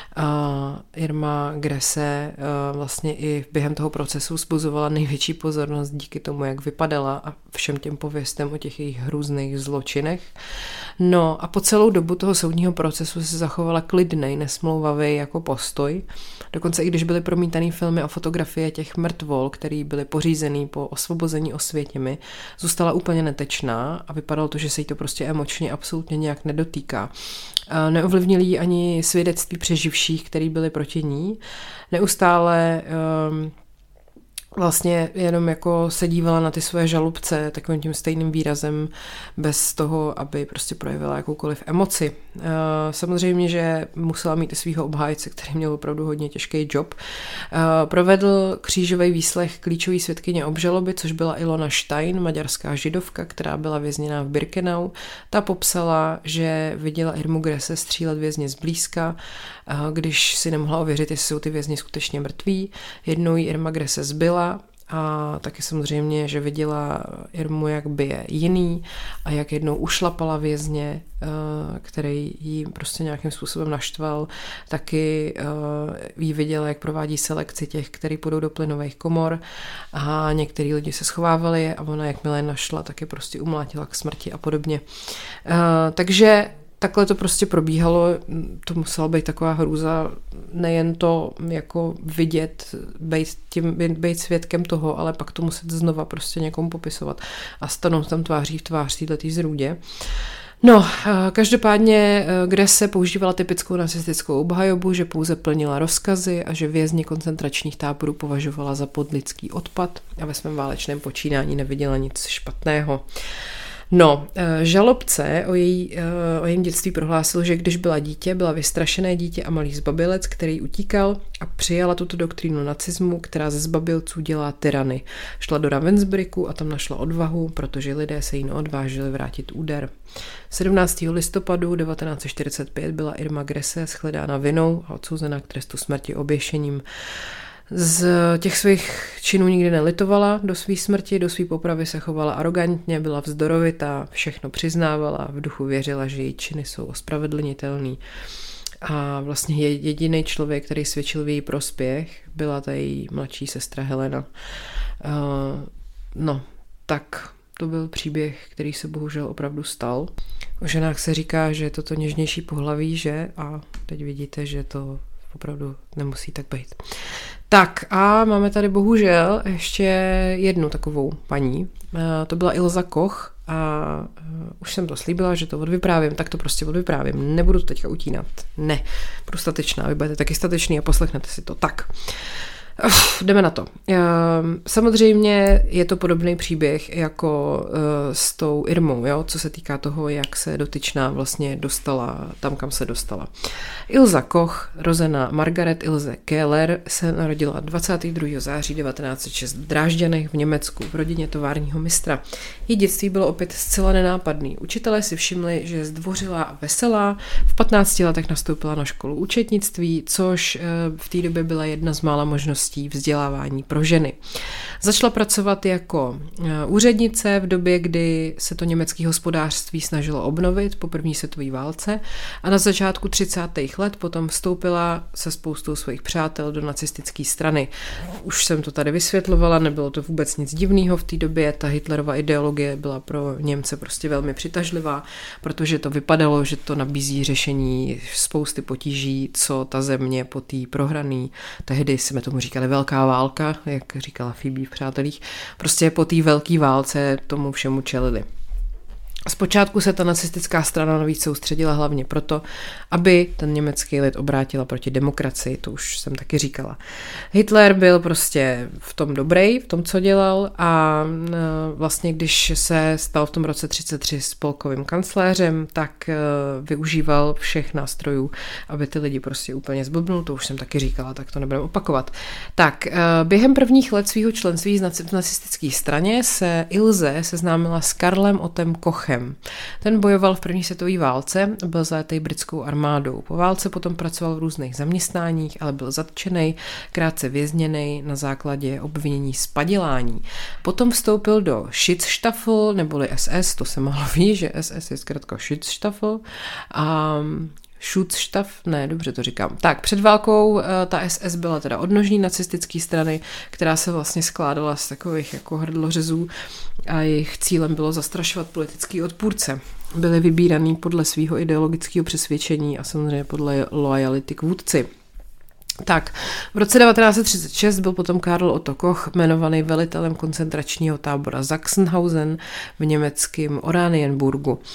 Irma Grese vlastně i během toho procesu vzbuzovala největší pozornost díky tomu, jak vypadala a všem těm pověstem o těch jejich hrůzných zločinech. No a po celou dobu toho soudního procesu se zachovala klidnej, nesmlouvavý jako postoj. Dokonce i když byly promítaný filmy a fotografie těch mrtvol, které byly pořízený po osvobození Osvětimi, zůstala úplně netečná a vypadalo to, že se jí to prostě emočně absolutně nějak nedotýká. Neovlivnili jí ani svědectví přeživších, který byli proti ní. Neustále um, vlastně jenom jako se dívala na ty svoje žalobce takovým tím stejným výrazem bez toho, aby prostě projevila jakoukoliv emoci. Samozřejmě, že musela mít i svýho obhájce, který měl opravdu hodně těžký job. Provedl křížový výslech klíčový svědkyně obžaloby, což byla Ilona Stein, maďarská židovka, která byla vězněná v Birkenau. Ta popsala, že viděla Irmu Grese střílet vězně zblízka, když si nemohla ověřit, jestli jsou ty vězni skutečně mrtví. Jednou jí Irma Grese zbyla a taky samozřejmě, že viděla Irmu, jak bije jiný a jak jednou ušlapala vězně, který jí prostě nějakým způsobem naštval. Taky jí viděla, jak provádí selekci těch, kteří půjdou do plynových komor a některý lidi se schovávali a ona, jakmile je našla, taky prostě umlátila k smrti a podobně. Takže takhle to prostě probíhalo, to musela být taková hrůza, nejen to jako vidět, být, tím, být svědkem toho, ale pak to muset znova prostě někomu popisovat a stanout tam tváří v tvář této zrůdě. No, každopádně Grese používala typickou nacistickou obhajobu, že pouze plnila rozkazy a že vězni koncentračních táborů považovala za podlidský odpad a ve svém válečném počínání neviděla nic špatného. No, žalobce o, její, o jejím dětství prohlásil, že když byla dítě, byla vystrašené dítě a malý zbabilec, který utíkal a přijala tuto doktrínu nacismu, která ze zbabilců dělá tyrany. Šla do Ravensbrücku a tam našla odvahu, protože lidé se jí neodvážili vrátit úder. sedmnáctého listopadu devatenáct set čtyřicet pět byla Irma Grese shledána vinou a odsouzena k trestu smrti oběšením. Z těch svých činů nikdy nelitovala, do své smrti, do své popravy se chovala arrogantně, byla vzdorovitá, všechno přiznávala, v duchu věřila, že její činy jsou ospravedlnitelný. A vlastně jediný člověk, který svědčil v její prospěch, byla ta její mladší sestra Helena. Uh, no, tak to byl příběh, který se bohužel opravdu stal. O ženách se říká, že je to to něžnější pohlaví, že? A teď vidíte, že to opravdu nemusí tak být. Tak a máme tady bohužel ještě jednu takovou paní. To byla Ilza Koch a už jsem to slíbila, že to odvyprávím, tak to prostě odvyprávím. Nebudu to teďka utínat. Ne, budu statečná, vy budete taky statečný a poslechnete si to. Tak. Uf, jdeme na to. Samozřejmě je to podobný příběh jako s tou Irmou, jo? Co se týká toho, jak se dotyčná vlastně dostala tam, kam se dostala. Ilza Koch, rozená Margaret Ilse Keller, se narodila dvacátého druhého září devatenáct set šest v Drážďanech v Německu v rodině továrního mistra. Její dětství bylo opět zcela nenápadný. Učitelé si všimli, že je zdvořilá a veselá. V patnácti letech nastoupila na školu účetnictví, což v té době byla jedna z mála možností vzdělávání pro ženy. Začala pracovat jako úřednice v době, kdy se to německé hospodářství snažilo obnovit po první světové válce a na začátku třicátých let potom vstoupila se spoustou svých přátel do nacistické strany. Už jsem to tady vysvětlovala, nebylo to vůbec nic divného v té době, ta Hitlerova ideologie byla pro Němce prostě velmi přitažlivá, protože to vypadalo, že to nabízí řešení spousty potíží, co ta země po té prohraný, tehdy jsme tomu říkali velká válka, jak říkala Phoebe v Přátelích, prostě po té velké válce tomu všemu čelili. Zpočátku se ta nacistická strana navíc soustředila hlavně proto, aby ten německý lid obrátila proti demokracii, to už jsem taky říkala. Hitler byl prostě v tom dobrý, v tom, co dělal a vlastně když se stal v tom roce třicet tři spolkovým kancléřem, tak využíval všech nástrojů, aby ty lidi prostě úplně zblbnul, to už jsem taky říkala, tak to nebudeme opakovat. Tak během prvních let svého členství v nacistické straně se Ilse seznámila s Karlem Ottem Kochem, Kochem. Ten bojoval v první světové válce, byl zajatý britskou armádou. Po válce potom pracoval v různých zaměstnáních, ale byl zatčený, krátce vězněný na základě obvinění z padělání. Potom vstoupil do Schutzstaffel, neboli S S, to se málo ví, že S S je zkrátka Schutzstaffel. A Schutzstaff, ne, dobře to říkám. Tak, před válkou ta S S byla teda odnožní nacistické strany, která se vlastně skládala z takových jako hrdlořezů a jejich cílem bylo zastrašovat politický odpůrce. Byli vybíraný podle svého ideologického přesvědčení a samozřejmě podle loajality k vůdci. Tak, v roce devatenáct set třicet šest byl potom Karl Otto Koch jmenovaný velitelem koncentračního tábora Sachsenhausen v německém Oranienburgu. Uh,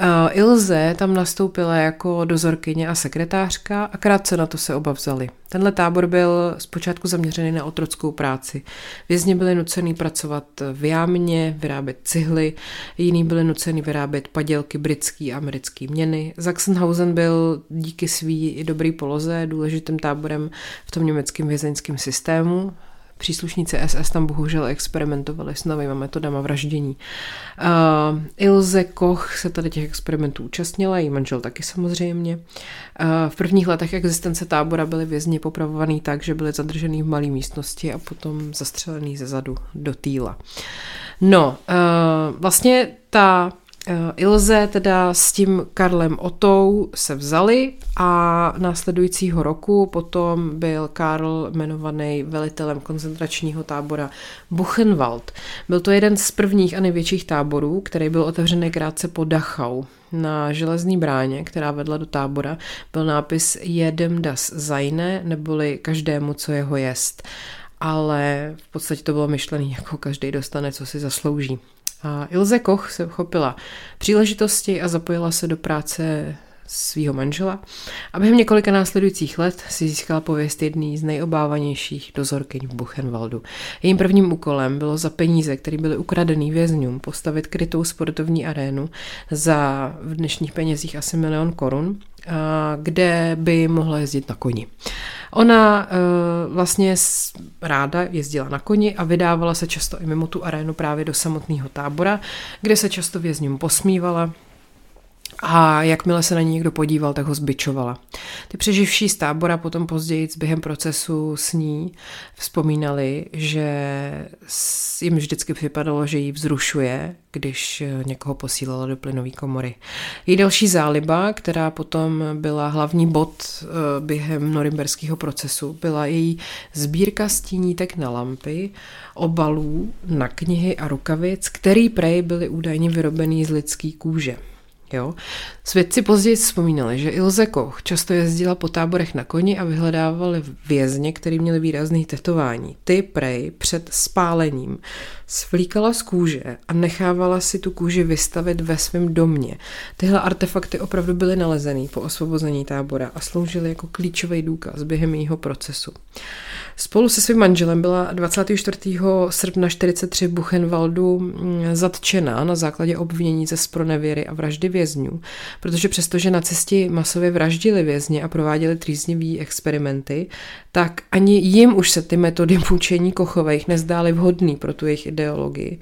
Ilse tam nastoupila jako dozorkyně a sekretářka a krátce na to se oba vzali. Tenhle tábor byl zpočátku zaměřený na otrockou práci. Vězni byli nucený pracovat v jámě, vyrábět cihly, jiní byli nucený vyrábět padělky britský a americký měny. Sachsenhausen byl díky svý dobrý poloze důležitým táborem v tom německém vězeňském systému. Příslušníci S S tam bohužel experimentovali s novými metodama vraždění. Uh, Ilse Koch se tady těch experimentů účastnila, její manžel taky samozřejmě. Uh, v prvních letech existence tábora byli vězni popravovaní tak, že byli zadržený v malé místnosti a potom zastřelený ze zadu do týla. No, uh, vlastně ta Ilse teda s tím Karlem Ottou se vzali a následujícího roku potom byl Karl jmenovaný velitelem koncentračního tábora Buchenwald. Byl to jeden z prvních a největších táborů, který byl otevřený krátce po Dachau. Na železné bráně, která vedla do tábora, byl nápis Jedem das Seine, neboli každému, co jeho jest. Ale v podstatě to bylo myšlené, jako každý dostane, co si zaslouží. A Ilse Koch se uchopila příležitosti a zapojila se do práce svého manžela a během několika následujících let si získala pověst jedný z nejobávanějších dozorkyň v Buchenwaldu. Jejím prvním úkolem bylo za peníze, které byly ukradený vězňům, postavit krytou sportovní arénu za v dnešních penězích asi milion korun, kde by mohla jezdit na koni. Ona uh, vlastně ráda jezdila na koni a vydávala se často i mimo tu arénu právě do samotného tábora, kde se často vězňům posmívala a jakmile se na ní někdo podíval, tak ho zbičovala. Ty přeživší z tábora potom později během procesu s ní vzpomínali, že jim vždycky připadalo, že jí vzrušuje, když někoho posílala do plynové komory. Její další záliba, která potom byla hlavní bod během norimberského procesu, byla její sbírka stínítek na lampy, obalů, na knihy a rukavic, který prej byly údajně vyrobený z lidský kůže. Jo? Svědci později vzpomínali, že Ilse Koch často jezdila po táborech na koni a vyhledávali vězně, který měli výrazný tetování. Ty prej před spálením svlíkala z kůže a nechávala si tu kůži vystavit ve svém domě. Tyhle artefakty opravdu byly nalezený po osvobození tábora a sloužily jako klíčový důkaz během jejího procesu. Spolu se svým manželem byla dvacátého čtvrtého srpna čtyřicet tři v Buchenwaldu zatčena na základě obvinění ze zpronevěry a vraždy vězňů, protože přestože nacisti masově vraždili vězně a prováděli trýznivý experimenty, tak ani jim už se ty metody mučení Kochových nezdály vhodný pro tu jejich ideologii,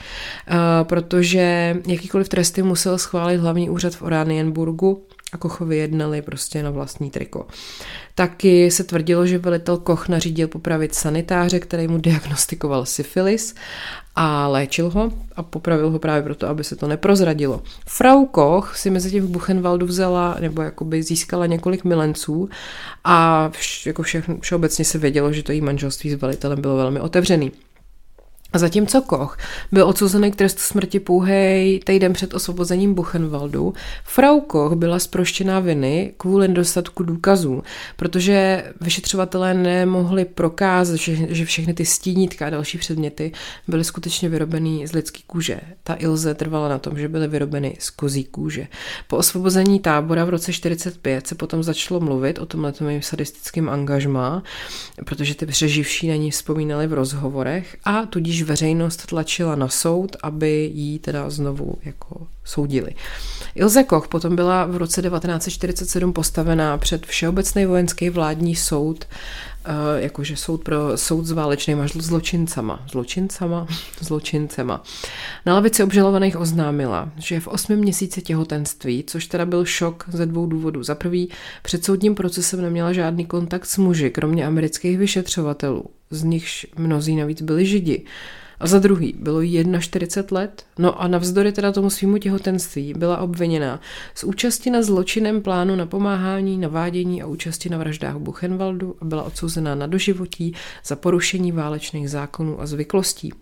protože jakýkoliv tresty musel schválit hlavní úřad v Oranienburgu a Kochovi jednali prostě na vlastní triko. Taky se tvrdilo, že velitel Koch nařídil popravit sanitáře, který mu diagnostikoval syfilis a léčil ho a popravil ho právě proto, aby se to neprozradilo. Frau Koch si mezi tím v Buchenwaldu vzala nebo jakoby získala několik milenců a vš, jako všechno, všeobecně se vědělo, že to jí manželství s velitelem bylo velmi otevřený. A zatímco Koch byl odsouzený k trestu smrti pouhej týden před osvobozením Buchenwaldu, Frau Koch byla zproštěná viny kvůli nedostatku důkazů, protože vyšetřovatelé nemohli prokázat, že, že všechny ty stínítka a další předměty byly skutečně vyrobeny z lidské kůže. Ta Ilse trvala na tom, že byly vyrobeny z kozí kůže. Po osvobození tábora v roce čtyřicet pět se potom začalo mluvit o tomhletom jejím sadistickém angažmá, protože ty přeživší na ní vzpomínali v rozhovorech a tudíž tudíž veřejnost tlačila na soud, aby jí teda znovu jako soudili. Ilse Koch potom byla v roce devatenáct set čtyřicet sedm postavená před Všeobecný vojenský vládní soud, jakože soud pro soud s válečnýma zločincama. Zločincama? Zločincema. Na lavici obžalovaných oznámila, že v osmém měsíci těhotenství, což teda byl šok ze dvou důvodů. Za prvý, před soudním procesem neměla žádný kontakt s muži, kromě amerických vyšetřovatelů. Z nichž mnozí navíc byli Židi. A za druhý, bylo jí čtyřicet jedna let, no a navzdory teda tomu svýmu těhotenství byla obviněná z účasti na zločinném plánu napomáhání, navádění a účasti na vraždách v Buchenwaldu a byla odsouzená na doživotí za porušení válečných zákonů a zvyklostí.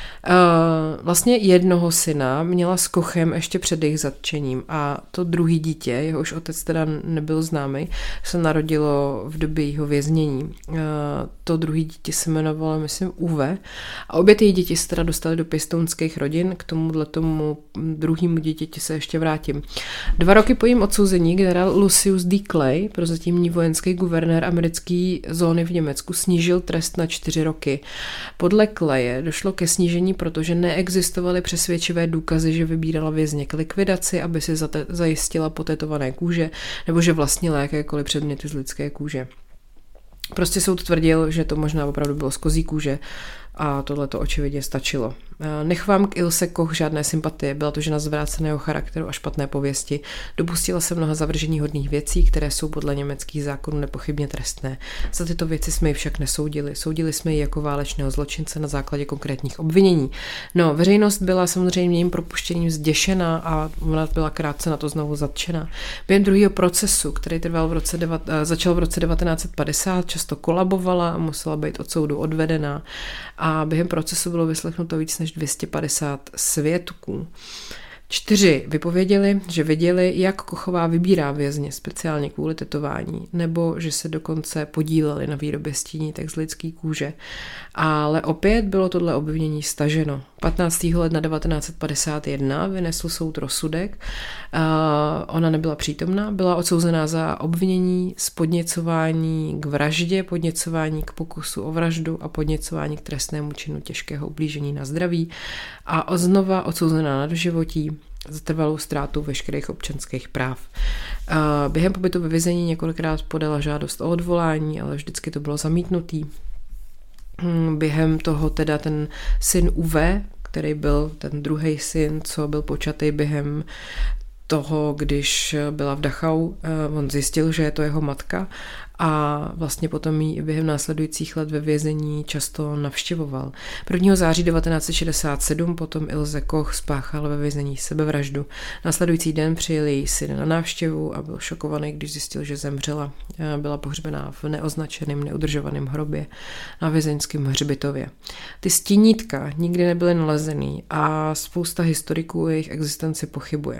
Vlastně jednoho syna měla s Kochem ještě před jejich zatčením a to druhý dítě, jehož otec teda nebyl známý, se narodilo v době jeho věznění. To druhý dítě se jmenovalo, myslím, Uwe a obě ty děti se teda dostaly do pěstounských rodin, k tomuhle tomu druhému dítěti se ještě vrátím. Dva roky po jejím odsouzení generál Lucius D. Clay, prozatímní vojenský guvernér americké zóny v Německu, snížil trest na čtyři roky. Podle Claye došlo ke snížení, protože neexistovaly přesvědčivé důkazy, že vybírala vězně k likvidaci, aby si zate- zajistila potetované kůže, nebo že vlastnila jakékoliv předměty z lidské kůže. Prostě soud tvrdil, že to možná opravdu bylo z kozí kůže a tohle to očividně stačilo. Nechvám k Ilse Koch žádné sympatie, byla to žena zvráceného charakteru a špatné pověsti. Dopustila se mnoha zavržení hodných věcí, které jsou podle německých zákonů nepochybně trestné. Za tyto věci jsme ji však nesoudili. Soudili jsme ji jako válečného zločince na základě konkrétních obvinění. No, veřejnost byla samozřejmě jejím propuštěním zděšena a ona byla krátce na to znovu zatčena. Během druhého procesu, který trval v roce deva, začal v roce devatenáct set padesát, často kolabovala a musela být od soudu odvedena. A během procesu bylo vyslechnuto víc než dvě stě padesát svědků. Čtyři vypověděli, že viděli, jak Kochová vybírá vězně speciálně kvůli tetování, nebo že se dokonce podíleli na výrobě stínítek z lidské kůže. Ale opět bylo tohle obvinění staženo. patnáctého ledna devatenáct set padesát jedna vynesl soud rozsudek. Ona nebyla přítomná, byla odsouzená za obvinění z podněcování k vraždě, podněcování k pokusu o vraždu a podněcování k trestnému činu těžkého ublížení na zdraví a znova odsouzená na doživotí za trvalou ztrátu veškerých občanských práv. Během pobytu ve vězení několikrát podala žádost o odvolání, ale vždycky to bylo zamítnutý. Během toho teda ten syn Uwe, který byl ten druhý syn, co byl počatý během toho, když byla v Dachau, on zjistil, že je to jeho matka a vlastně potom ji během následujících let ve vězení často navštěvoval. prvního září devatenáct set šedesát sedm potom Ilse Koch spáchala ve vězení sebevraždu. Následující den přijel její syn na návštěvu a byl šokovaný, když zjistil, že zemřela. Byla pohřbená v neoznačeném, neudržovaném hrobě na vězeňském hřbitově. Ty stínítka nikdy nebyly nalezený a spousta historiků o jejich existenci pochybuje.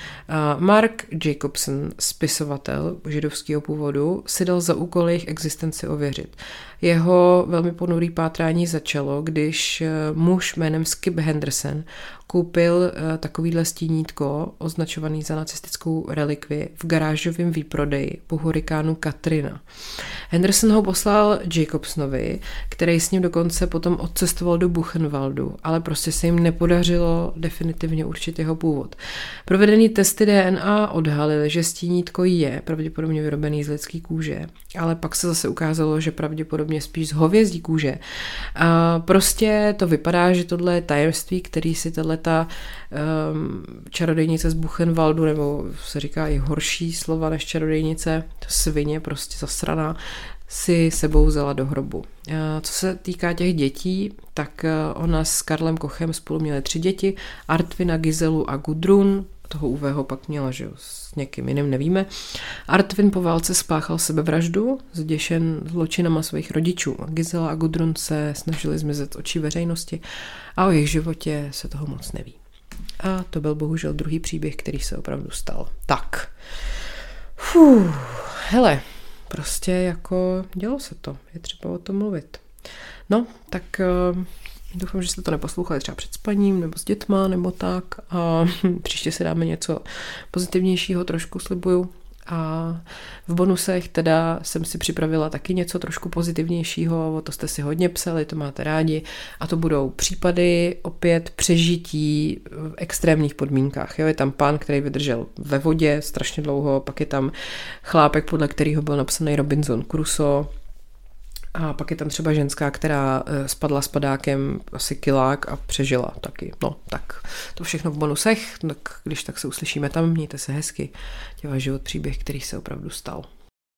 Mark Jacobson, spisovatel židovského původu, si dal za úkol jejich existenci ověřit. Jeho velmi ponurý pátrání začalo, když muž jménem Skip Henderson koupil takovýhle stínítko označovaný za nacistickou relikvi v garážovém výprodeji po hurikánu Katrina. Henderson ho poslal Jacobsonovi, který s ním dokonce potom odcestoval do Buchenwaldu, ale prostě se jim nepodařilo definitivně určit jeho původ. Provedený testy D N A odhalily, že stínítko je pravděpodobně vyrobený z lidské kůže, ale pak se zase ukázalo, že pravděpodobně spíš z hovězdí kůže. A prostě to vypadá, že tohle je tajemství, který si tato um, čarodejnice z Buchenwaldu, nebo se říká i horší slova než čarodejnice, to svině prostě zasraná, si sebou vzala do hrobu. Co se týká těch dětí, tak ona s Karlem Kochem spolu měly tři děti, Artvina, Gizelu a Gudrun, toho Uweho pak měla, že s někým jiným nevíme. Artvin po válce spáchal sebevraždu, zděšen zločinama svých rodičů. Gizela a Gudrun se snažili zmizet z očí veřejnosti a o jejich životě se toho moc neví. A to byl bohužel druhý příběh, který se opravdu stal. Tak. Fuh, hele, prostě jako dělo se to. Je třeba o tom mluvit. No, tak uh, doufám, že jste to neposlouchali třeba před spaním, nebo s dětma, nebo tak. A příště si dáme něco pozitivnějšího, trošku slibuju. A v bonusech teda jsem si připravila taky něco trošku pozitivnějšího, o to jste si hodně psali, to máte rádi. A to budou případy opět přežití v extrémních podmínkách. Jo, je tam pán, který vydržel ve vodě strašně dlouho, pak je tam chlápek, podle kterého byl napsaný Robinson Crusoe. A pak je tam třeba ženská, která spadla s padákem asi kilák a přežila taky. No, tak to všechno v bonusech, tak když tak se uslyšíme tam, mějte se hezky. Dělá život příběh, který se opravdu stal.